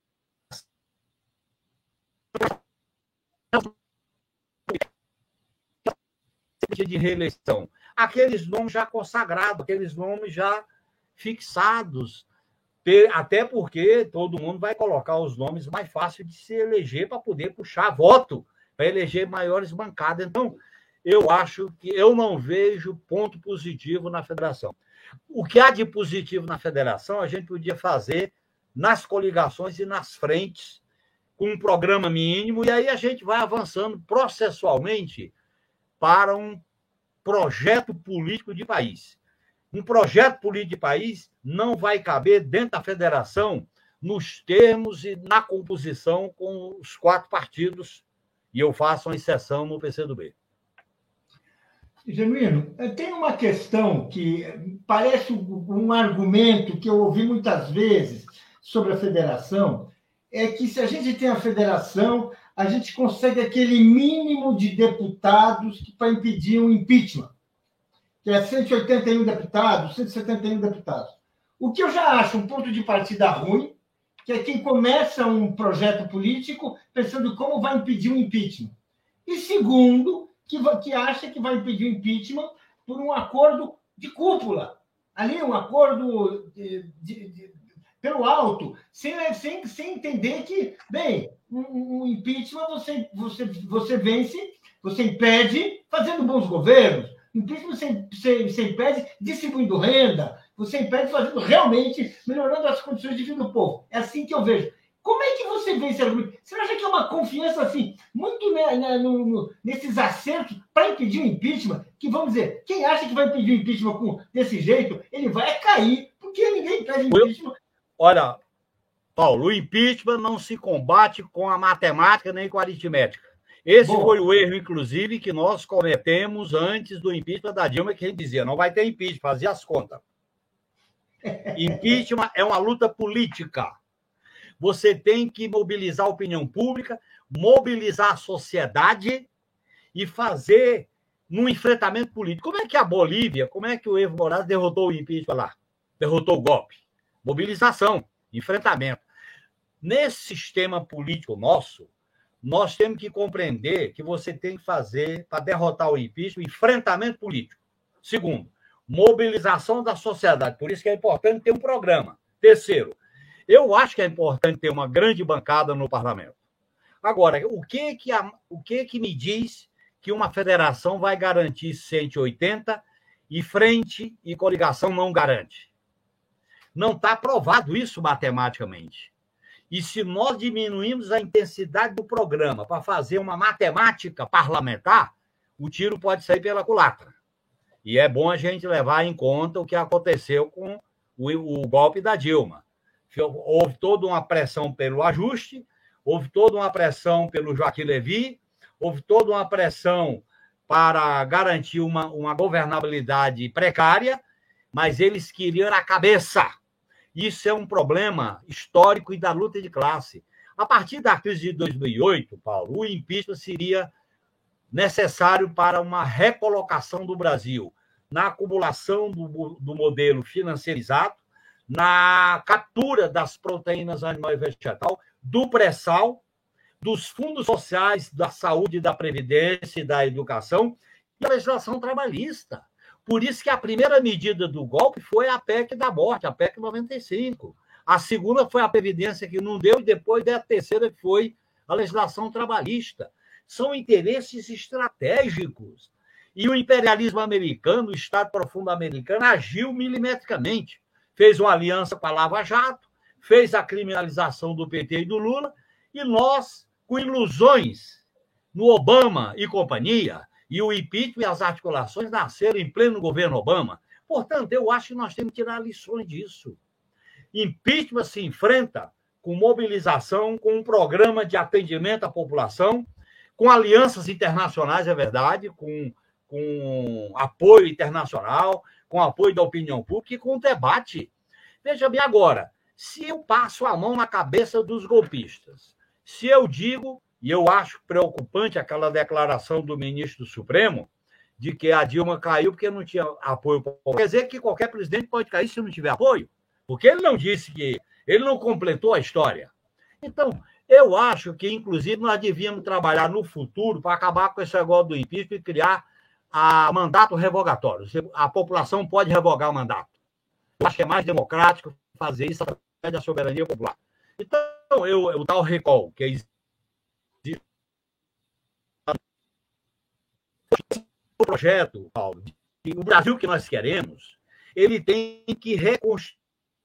B: de reeleição, aqueles nomes já consagrados, aqueles nomes já fixados, até porque todo mundo vai colocar os nomes mais fáceis de se eleger para poder puxar voto, para eleger maiores bancadas. Então, eu acho que eu não vejo ponto positivo na federação. O que há de positivo na federação, a gente podia fazer nas coligações e nas frentes, com um programa mínimo, e aí a gente vai avançando processualmente para um projeto político de país. Um projeto político de país não vai caber dentro da federação nos termos e na composição com os 4 partidos, e eu faço uma exceção no PCdoB.
A: Genuíno, tem uma questão que parece um argumento que eu ouvi muitas vezes sobre a federação, é que se a gente tem a federação, a gente consegue aquele mínimo de deputados para impedir um impeachment, que é 181 deputados, 171 deputados. O que eu já acho um ponto de partida ruim, que é quem começa um projeto político pensando como vai impedir um impeachment. E segundo, que acha que vai impedir o impeachment por um acordo de cúpula. Ali, um acordo pelo alto, sem entender que, bem, um impeachment você vence, você impede fazendo bons governos. Impeachment você impede distribuindo renda, você impede fazendo realmente, melhorando as condições de vida do povo. É assim que eu vejo. Como é que você vê esse argumento? Você acha que é uma confiança assim, muito nesses acertos para impedir o impeachment? Que vamos dizer, quem acha que vai impedir o impeachment desse jeito, ele vai cair, porque ninguém impede o impeachment.
B: Olha, Paulo, o impeachment não se combate com a matemática nem com a aritmética. Esse foi o erro, inclusive, que nós cometemos antes do impeachment da Dilma, que a gente dizia, não vai ter impeachment, fazia as contas. Impeachment é uma luta política. Você tem que mobilizar a opinião pública, mobilizar a sociedade e fazer um enfrentamento político. Como é que a Bolívia, como é que o Evo Morales derrotou o impeachment lá? Derrotou o golpe? Mobilização, enfrentamento. Nesse sistema político nosso, nós temos que compreender que você tem que fazer, para derrotar o impeachment, enfrentamento político. Segundo, mobilização da sociedade. Por isso que é importante ter um programa. Terceiro, eu acho que é importante ter uma grande bancada no parlamento. Agora, o que me diz que uma federação vai garantir 180 e frente e coligação não garante? Não está provado isso matematicamente. E se nós diminuirmos a intensidade do programa para fazer uma matemática parlamentar, o tiro pode sair pela culatra. E é bom a gente levar em conta o que aconteceu com o golpe da Dilma. Houve toda uma pressão pelo ajuste, houve toda uma pressão pelo Joaquim Levy, houve toda uma pressão para garantir uma governabilidade precária, mas eles queriam a cabeça. Isso é um problema histórico e da luta de classe. A partir da crise de 2008, Paulo, o impeachment seria necessário para uma recolocação do Brasil na acumulação do modelo financiarizado, na captura das proteínas animal e vegetal, do pré-sal, dos fundos sociais, da saúde, da previdência e da educação, e a legislação trabalhista. Por isso que a primeira medida do golpe foi a PEC da morte, a PEC 95. A segunda foi a Previdência, que não deu, e depois a terceira, que foi a legislação trabalhista. São interesses estratégicos. E o imperialismo americano, o Estado profundo americano, agiu milimetricamente. Fez uma aliança com a Lava Jato, fez a criminalização do PT e do Lula, e nós, com ilusões no Obama e companhia, e o impeachment e as articulações nasceram em pleno governo Obama. Portanto, eu acho que nós temos que tirar lições disso. Impeachment se enfrenta com mobilização, com um programa de atendimento à população, com alianças internacionais, é verdade, com apoio internacional, com apoio da opinião pública e com debate. Veja bem agora, se eu passo a mão na cabeça dos golpistas, se eu digo, e eu acho preocupante aquela declaração do ministro do Supremo, de que a Dilma caiu porque não tinha apoio. Quer dizer que qualquer presidente pode cair se não tiver apoio, porque ele não disse que... Ele não completou a história. Então, eu acho que, inclusive, nós devíamos trabalhar no futuro para acabar com esse negócio do impeachment e criar mandato revogatório. A população pode revogar o mandato. Eu acho que é mais democrático fazer isso através da soberania popular. Então, o tal recall, que existe o projeto, Paulo, o Brasil que nós queremos, ele tem que reconstruir.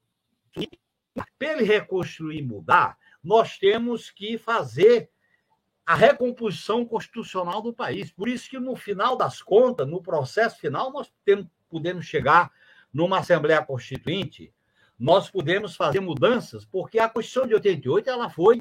B: Para ele reconstruir e mudar, nós temos que fazer a recomposição constitucional do país. Por isso que, no final das contas, no processo final, nós podemos chegar numa Assembleia Constituinte, nós podemos fazer mudanças, porque a Constituição de 88 ela foi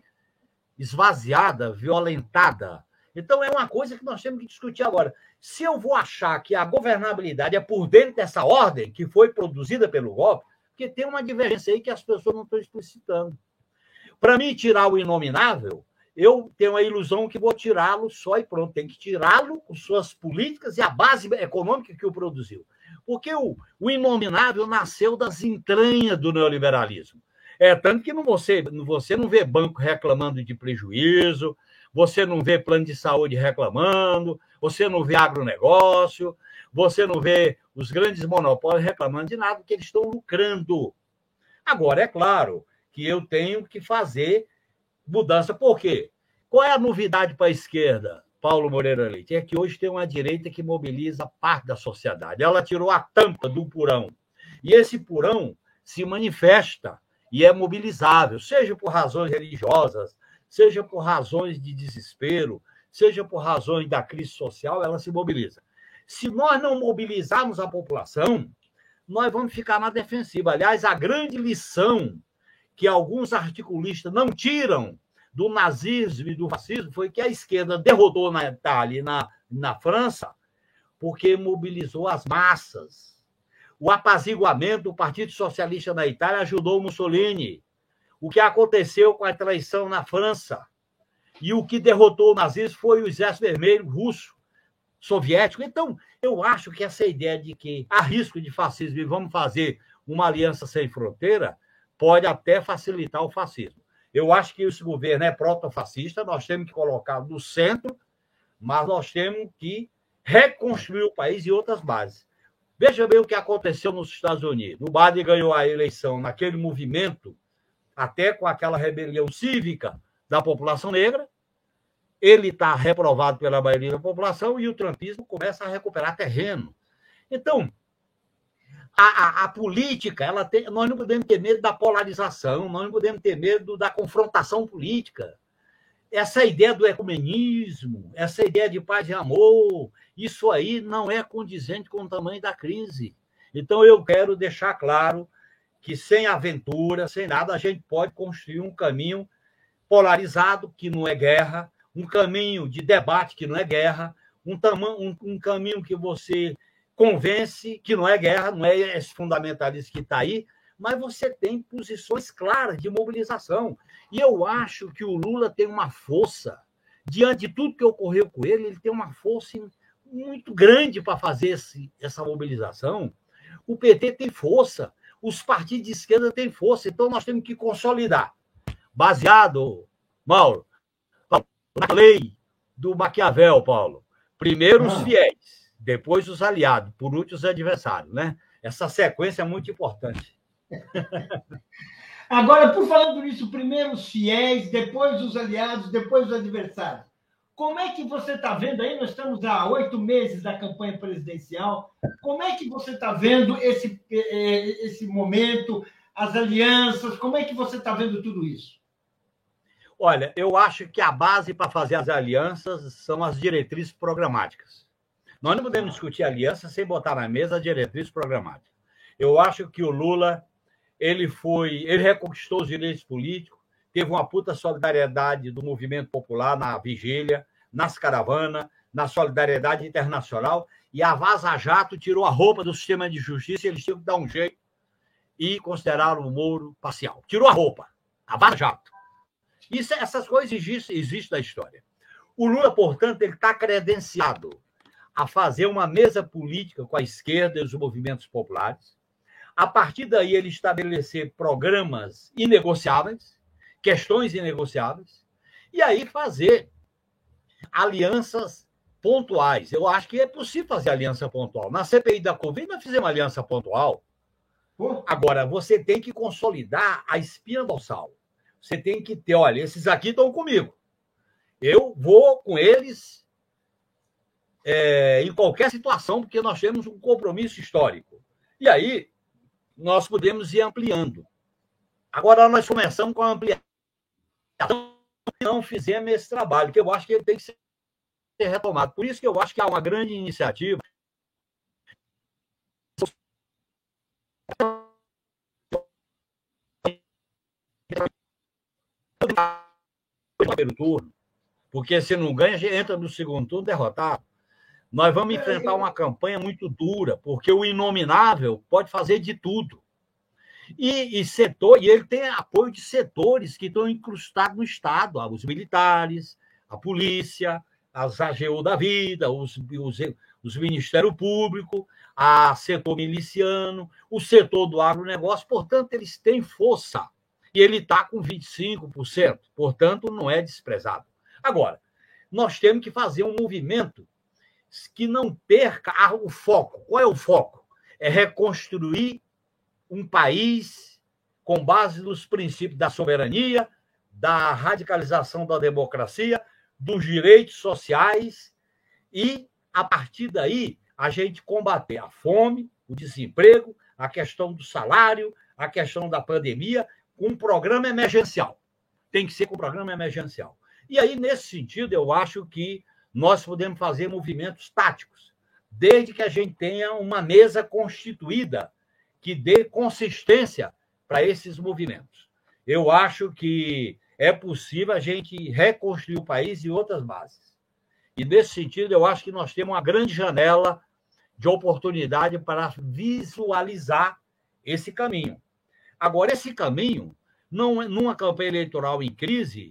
B: esvaziada, violentada. Então, é uma coisa que nós temos que discutir agora. Se eu vou achar que a governabilidade é por dentro dessa ordem que foi produzida pelo golpe, porque tem uma divergência aí que as pessoas não estão explicitando. Para mim, tirar o inominável, eu tenho a ilusão que vou tirá-lo só e pronto. Tem que tirá-lo com suas políticas e a base econômica que o produziu. Porque o inominável nasceu das entranhas do neoliberalismo. Tanto que você não vê banco reclamando de prejuízo, você não vê plano de saúde reclamando, você não vê agronegócio, você não vê os grandes monopólios reclamando de nada, porque eles estão lucrando. Agora, é claro que eu tenho que fazer mudança. Por quê? Qual é a novidade para a esquerda, Paulo Moreira Leite? É que hoje tem uma direita que mobiliza parte da sociedade. Ela tirou a tampa do porão. E esse porão se manifesta e é mobilizável, seja por razões religiosas, seja por razões de desespero, seja por razões da crise social, ela se mobiliza. Se nós não mobilizarmos a população, nós vamos ficar na defensiva. Aliás, a grande lição que alguns articulistas não tiram do nazismo e do fascismo foi que a esquerda derrotou na Itália e na França porque mobilizou as massas. O apaziguamento do Partido Socialista na Itália ajudou Mussolini. O que aconteceu com a traição na França e o que derrotou o nazismo foi o Exército Vermelho russo, soviético. Então, eu acho que essa ideia de que há risco de fascismo e vamos fazer uma aliança sem fronteira pode até facilitar o fascismo. Eu acho que esse governo é protofascista, nós temos que colocar no centro, mas nós temos que reconstruir o país e outras bases. Veja bem o que aconteceu nos Estados Unidos. O Biden ganhou a eleição naquele movimento, até com aquela rebelião cívica da população negra. Ele está reprovado pela maioria da população e o trumpismo começa a recuperar terreno. Então, a política, nós não podemos ter medo da polarização, nós não podemos ter medo da confrontação política. Essa ideia do ecumenismo, essa ideia de paz e amor, isso aí não é condizente com o tamanho da crise. Então, eu quero deixar claro que sem aventura, sem nada, a gente pode construir um caminho polarizado, que não é guerra, um caminho de debate, que não é guerra, um caminho que você convence, que não é guerra, não é esse fundamentalista que está aí, mas você tem posições claras de mobilização. E eu acho que o Lula tem uma força, diante de tudo que ocorreu com ele, ele tem uma força muito grande para fazer essa mobilização. O PT tem força, os partidos de esquerda têm força, então nós temos que consolidar. Baseado, Mauro, na lei do Maquiavel, Paulo. Primeiro os fiéis, depois os aliados, por último os adversários, né? Essa sequência é muito importante.
A: Agora, por falando nisso, primeiro os fiéis, depois os aliados, depois os adversários. Como é que você está vendo aí? Nós estamos há 8 meses da campanha presidencial. Como é que você está vendo esse momento, as alianças? Como é que você está vendo tudo isso?
B: Olha, eu acho que a base para fazer as alianças são as diretrizes programáticas. Nós não podemos discutir aliança sem botar na mesa a diretriz programática. Eu acho que o Lula ele reconquistou os direitos políticos, teve uma puta solidariedade do movimento popular na vigília, nas caravanas, na solidariedade internacional, e a Vaza Jato tirou a roupa do sistema de justiça e eles tinham que dar um jeito e consideraram o Moro parcial. Tirou a roupa, a Vaza Jato. Essas coisas existem na história. O Lula, portanto, ele está credenciado a fazer uma mesa política com a esquerda e os movimentos populares. A partir daí, ele estabelecer programas inegociáveis, questões inegociáveis, e aí fazer alianças pontuais. Eu acho que é possível fazer aliança pontual. Na CPI da Covid, nós fizemos uma aliança pontual. Agora, você tem que consolidar a espinha dorsal. Você tem que ter, olha, esses aqui estão comigo. Eu vou com eles em qualquer situação, porque nós temos um compromisso histórico. E aí, nós podemos ir ampliando. Agora, nós começamos com a ampliação e não fizemos esse trabalho, que eu acho que ele tem que ser retomado. Por isso que eu acho que há uma grande iniciativa no primeiro turno, porque se não ganha, a gente entra no segundo turno derrotado. Nós vamos enfrentar uma campanha muito dura, porque o inominável pode fazer de tudo. E ele tem apoio de setores que estão incrustados no Estado, os militares, a polícia, as AGU da vida, os Ministério Público, a setor miliciano, o setor do agronegócio, portanto, eles têm força. E ele está com 25%, portanto, não é desprezado. Agora, nós temos que fazer um movimento que não perca o foco. Qual é o foco? É reconstruir um país com base nos princípios da soberania, da radicalização da democracia, dos direitos sociais e, a partir daí, a gente combater a fome, o desemprego, a questão do salário, a questão da pandemia, com um programa emergencial. Tem que ser com um programa emergencial. E aí, nesse sentido, eu acho que nós podemos fazer movimentos táticos, desde que a gente tenha uma mesa constituída que dê consistência para esses movimentos. Eu acho que é possível a gente reconstruir o país em outras bases. E, nesse sentido, eu acho que nós temos uma grande janela de oportunidade para visualizar esse caminho. Agora, esse caminho, numa campanha eleitoral em crise,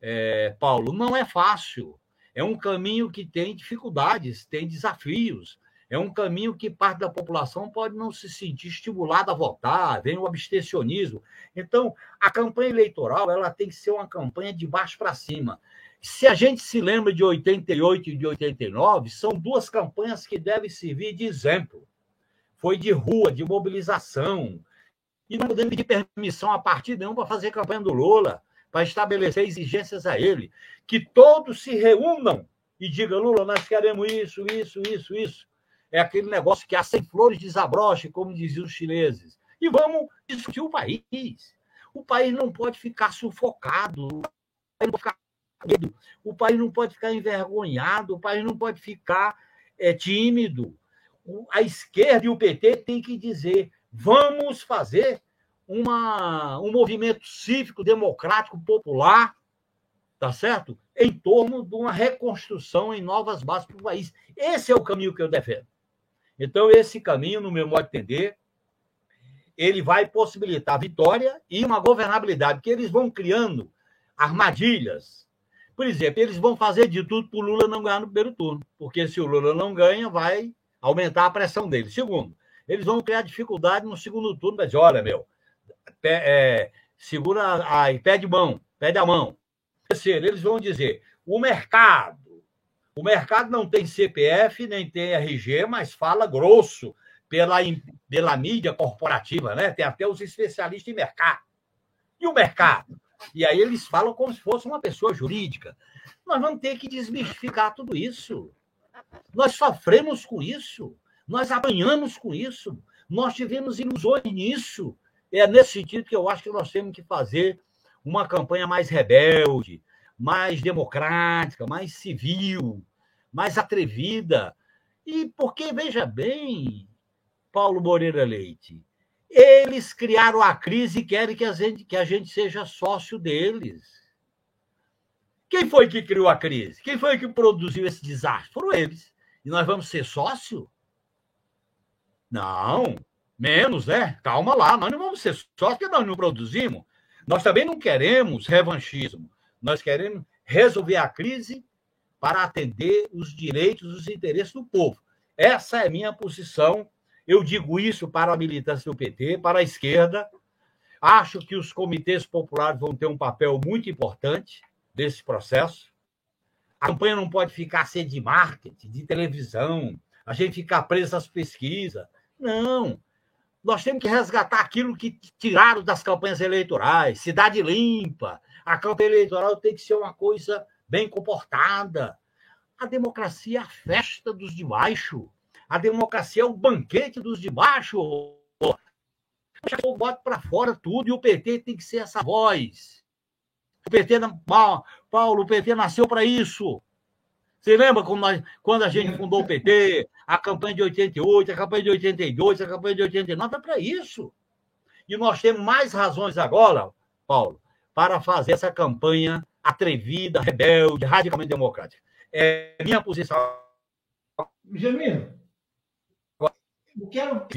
B: Paulo, não é fácil. É um caminho que tem dificuldades, tem desafios. É um caminho que parte da população pode não se sentir estimulada a votar, vem o abstencionismo. Então, a campanha eleitoral ela tem que ser uma campanha de baixo para cima. Se a gente se lembra de 88 e de 89, são duas campanhas que devem servir de exemplo. Foi de rua, de mobilização. E não podemos pedir permissão a partido nenhum para fazer campanha do Lula, para estabelecer exigências a ele. Que todos se reúnam e digam, Lula, nós queremos isso, isso, isso, isso. É aquele negócio que há 100 flores desabroche, como diziam os chineses. E vamos discutir o país. O país não pode ficar sufocado, o país não pode ficar envergonhado, o país não pode ficar tímido. A esquerda e o PT têm que dizer, vamos fazer um movimento cívico, democrático, popular, tá certo? Em torno de uma reconstrução em novas bases para o país. Esse é o caminho que eu defendo. Então, esse caminho, no meu modo de entender, ele vai possibilitar a vitória e uma governabilidade, porque eles vão criando armadilhas. Por exemplo, eles vão fazer de tudo para o Lula não ganhar no primeiro turno, porque se o Lula não ganha, vai aumentar a pressão dele. Segundo, eles vão criar dificuldade no segundo turno, mas olha, segura aí, pede a mão. Terceiro, eles vão dizer, o mercado não tem CPF, nem tem RG, mas fala grosso pela mídia corporativa, né? Tem até os especialistas em mercado. E o mercado? E aí eles falam como se fosse uma pessoa jurídica. Nós vamos ter que desmistificar tudo isso. Nós sofremos com isso. Nós apanhamos com isso. Nós tivemos ilusões nisso. É nesse sentido que eu acho que nós temos que fazer uma campanha mais rebelde, mais democrática, mais civil, mais atrevida. E porque, veja bem, Paulo Moreira Leite, eles criaram a crise e querem que a gente seja sócio deles. Quem foi que criou a crise? Quem foi que produziu esse desastre? Foram eles. E nós vamos ser sócio? Não, menos, né? Calma lá, nós não vamos ser sócio porque nós não produzimos. Nós também não queremos revanchismo. Nós queremos resolver a crise para atender os direitos, os interesses do povo. Essa é a minha posição. Eu digo isso para a militância do PT, para a esquerda. Acho que os comitês populares vão ter um papel muito importante nesse processo. A campanha não pode ficar sem de marketing, de televisão, a gente ficar preso às pesquisas. Não. Nós temos que resgatar aquilo que tiraram das campanhas eleitorais, cidade limpa. A campanha eleitoral tem que ser uma coisa bem comportada. A democracia é a festa dos de baixo. A democracia é o banquete dos de baixo. O voto para fora tudo, e o PT tem que ser essa voz. O PT, Paulo, o PT nasceu para isso. Você lembra quando a gente fundou o PT, a campanha de 88, a campanha de 82, a campanha de 89, é para isso. E nós temos mais razões agora, Paulo, para fazer essa campanha atrevida, rebelde, radicalmente democrática. É minha posição.
A: Genuíno, eu quero...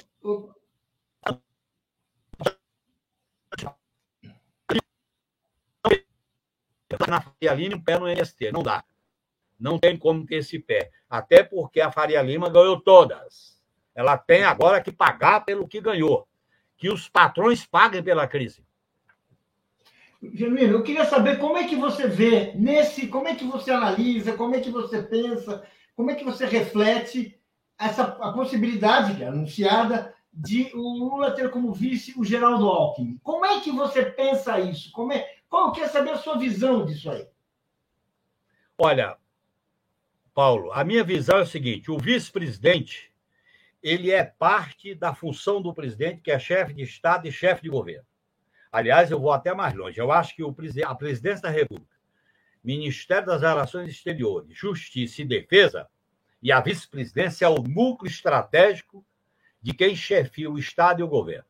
B: Na Faria Lima, um pé no MST, não dá. Não tem como ter esse pé. Até porque a Faria Lima ganhou todas. Ela tem agora que pagar pelo que ganhou. Que os patrões paguem pela crise.
A: Genuíno, eu queria saber como é que você vê como é que você analisa, como é que você pensa, como é que você reflete a possibilidade que é anunciada de o Lula ter como vice o Geraldo Alckmin. Como é que você pensa isso? Eu quero saber a sua visão disso aí.
B: Olha, Paulo, a minha visão é o seguinte: o vice-presidente, ele é parte da função do presidente, que é chefe de Estado e chefe de governo. Aliás, eu vou até mais longe. Eu acho que a presidência da República, Ministério das Relações Exteriores, Justiça e Defesa, e a vice-presidência é o núcleo estratégico de quem chefia o Estado e o governo.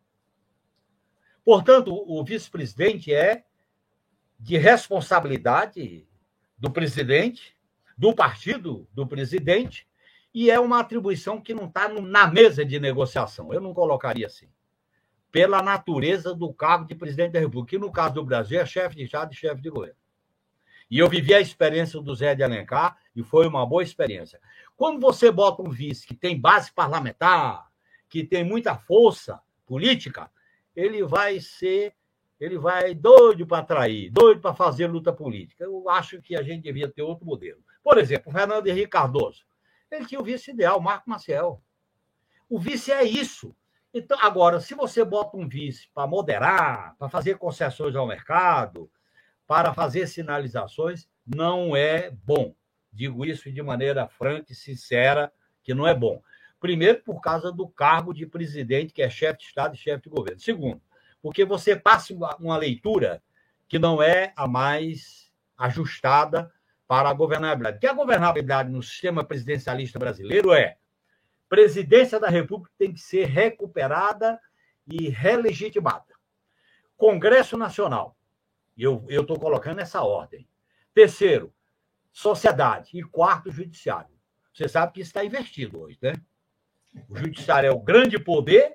B: Portanto, o vice-presidente é de responsabilidade do presidente, do partido do presidente, e é uma atribuição que não está na mesa de negociação. Eu não colocaria assim. Pela natureza do cargo de presidente da República, que no caso do Brasil é chefe de Estado e chefe de governo. E eu vivi a experiência do Zé de Alencar e foi uma boa experiência. Quando você bota um vice que tem base parlamentar, que tem muita força política, ele vai doido para atrair, doido para fazer luta política. Eu acho que a gente devia ter outro modelo. Por exemplo, o Fernando Henrique Cardoso. Ele tinha o vice ideal, Marco Maciel. O vice é isso. Então, agora, se você bota um vice para moderar, para fazer concessões ao mercado, para fazer sinalizações, não é bom. Digo isso de maneira franca e sincera, que não é bom. Primeiro, por causa do cargo de presidente, que é chefe de Estado e chefe de governo. Segundo, porque você passa uma leitura que não é a mais ajustada para a governabilidade. Porque a governabilidade no sistema presidencialista brasileiro é: presidência da República tem que ser recuperada e relegitimada. Congresso Nacional. Eu estou colocando essa ordem. Terceiro, sociedade. E quarto, judiciário. Você sabe que isso está invertido hoje, né? O judiciário é o grande poder,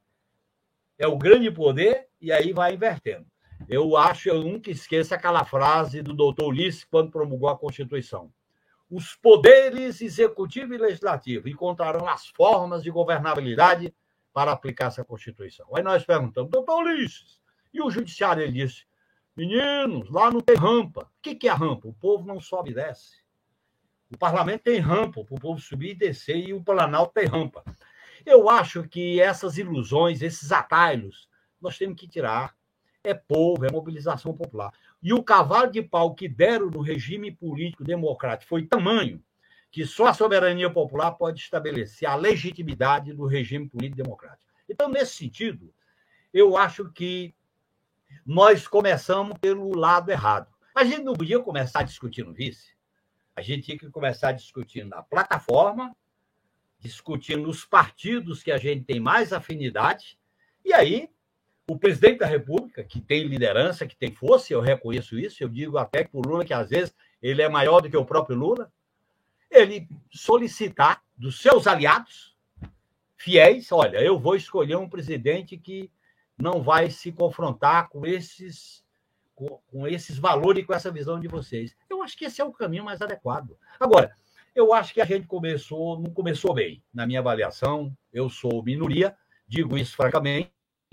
B: e aí vai invertendo. Eu nunca esqueço aquela frase do doutor Ulisses quando promulgou a Constituição. Os poderes executivo e legislativo encontrarão as formas de governabilidade para aplicar essa Constituição. Aí nós perguntamos: doutor Ulisses, e o judiciário? Ele disse: meninos, lá não tem rampa. O que é a rampa? O povo não sobe e desce. O parlamento tem rampa para o povo subir e descer, e o Planalto tem rampa. Eu acho que essas ilusões, esses atalhos, nós temos que tirar. É povo, é mobilização popular. E o cavalo de pau que deram no regime político democrático foi tamanho que só a soberania popular pode estabelecer a legitimidade do regime político democrático. Então, nesse sentido, eu acho que nós começamos pelo lado errado. A gente não podia começar discutindo vice. A gente tinha que começar discutindo a plataforma, discutindo os partidos que a gente tem mais afinidade, e aí o presidente da República, que tem liderança, que tem força, eu reconheço isso, eu digo até que o Lula, que às vezes ele é maior do que o próprio Lula, ele solicitar dos seus aliados fiéis: olha, eu vou escolher um presidente que não vai se confrontar com esses valores e com essa visão de vocês. Eu acho que esse é o caminho mais adequado. Agora, eu acho que a gente não começou bem, na minha avaliação. Eu sou minoria, digo isso francamente,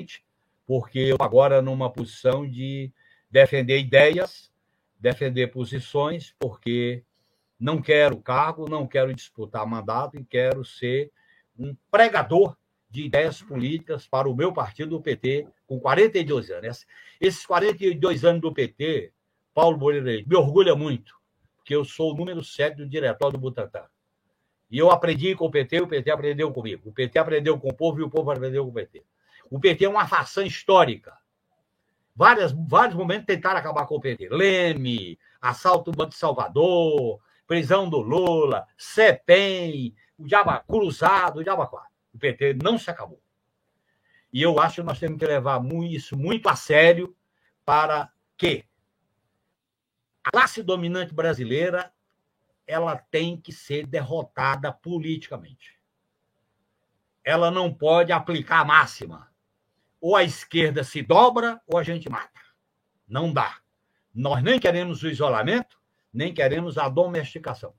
B: porque eu agora numa posição de defender ideias, defender posições, porque não quero cargo, não quero disputar mandato e quero ser um pregador de ideias políticas para o meu partido, o PT, com 42 anos. Esses 42 anos do PT, Paulo Moreira Leite, me orgulha muito, porque eu sou o número 7 do diretório do Butantan. E eu aprendi com o PT aprendeu comigo. O PT aprendeu com o povo e o povo aprendeu com o PT. O PT é uma façanha histórica. Vários momentos tentaram acabar com o PT. Leme, assalto no Banco de Salvador, prisão do Lula, CEPEM, o Diabo Cruzado, o Diabo 4. O PT não se acabou. E eu acho que nós temos que levar isso muito a sério para que a classe dominante brasileira ela tem que ser derrotada politicamente. Ela não pode aplicar a máxima. Ou a esquerda se dobra ou a gente mata. Não dá. Nós nem queremos o isolamento, nem queremos a domesticação.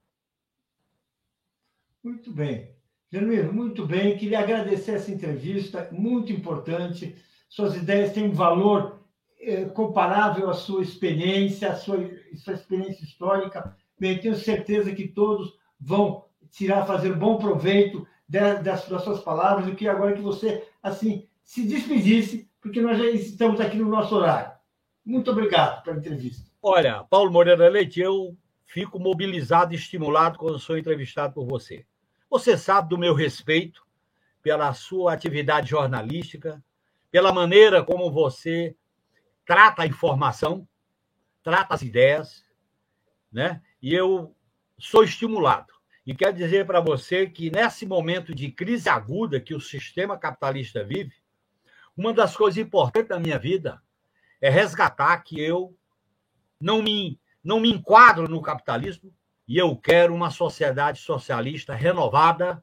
A: Muito bem. Genuíno, muito bem. Queria agradecer essa entrevista, muito importante. Suas ideias têm um valor comparável à sua experiência, à sua experiência histórica. Bem, tenho certeza que todos vão fazer bom proveito das suas palavras. Eu queria agora que você, assim, se despedisse, porque nós já estamos aqui no nosso horário. Muito obrigado pela entrevista.
B: Olha, Paulo Moreira Leite, eu fico mobilizado e estimulado quando sou entrevistado por você. Você sabe do meu respeito pela sua atividade jornalística, pela maneira como você trata a informação, trata as ideias, né? E eu sou estimulado. E quero dizer para você que nesse momento de crise aguda que o sistema capitalista vive, uma das coisas importantes da minha vida é resgatar que eu não me enquadro no capitalismo e eu quero uma sociedade socialista renovada,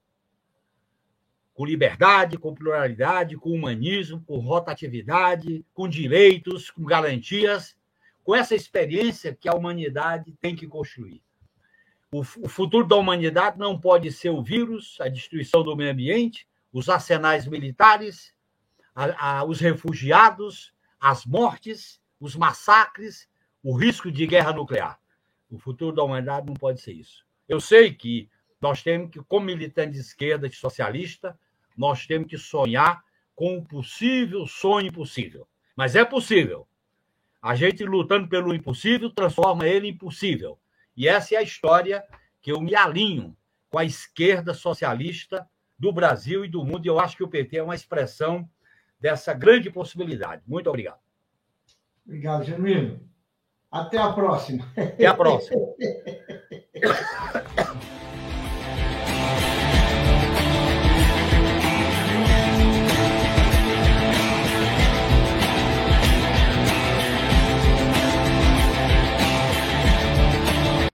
B: com liberdade, com pluralidade, com humanismo, com rotatividade, com direitos, com garantias, com essa experiência que a humanidade tem que construir. O futuro da humanidade não pode ser o vírus, a destruição do meio ambiente, os arsenais militares, os refugiados, as mortes, os massacres, o risco de guerra nuclear. O futuro da humanidade não pode ser isso. Eu sei que nós temos que, como militante de esquerda, de socialista, nós temos que sonhar com o possível sonho impossível. Mas é possível. A gente, lutando pelo impossível, transforma ele em possível. E essa é a história que eu me alinho com a esquerda socialista do Brasil e do mundo. E eu acho que o PT é uma expressão dessa grande possibilidade. Muito obrigado.
A: Obrigado, Genuíno. Até a próxima.
B: Até a próxima.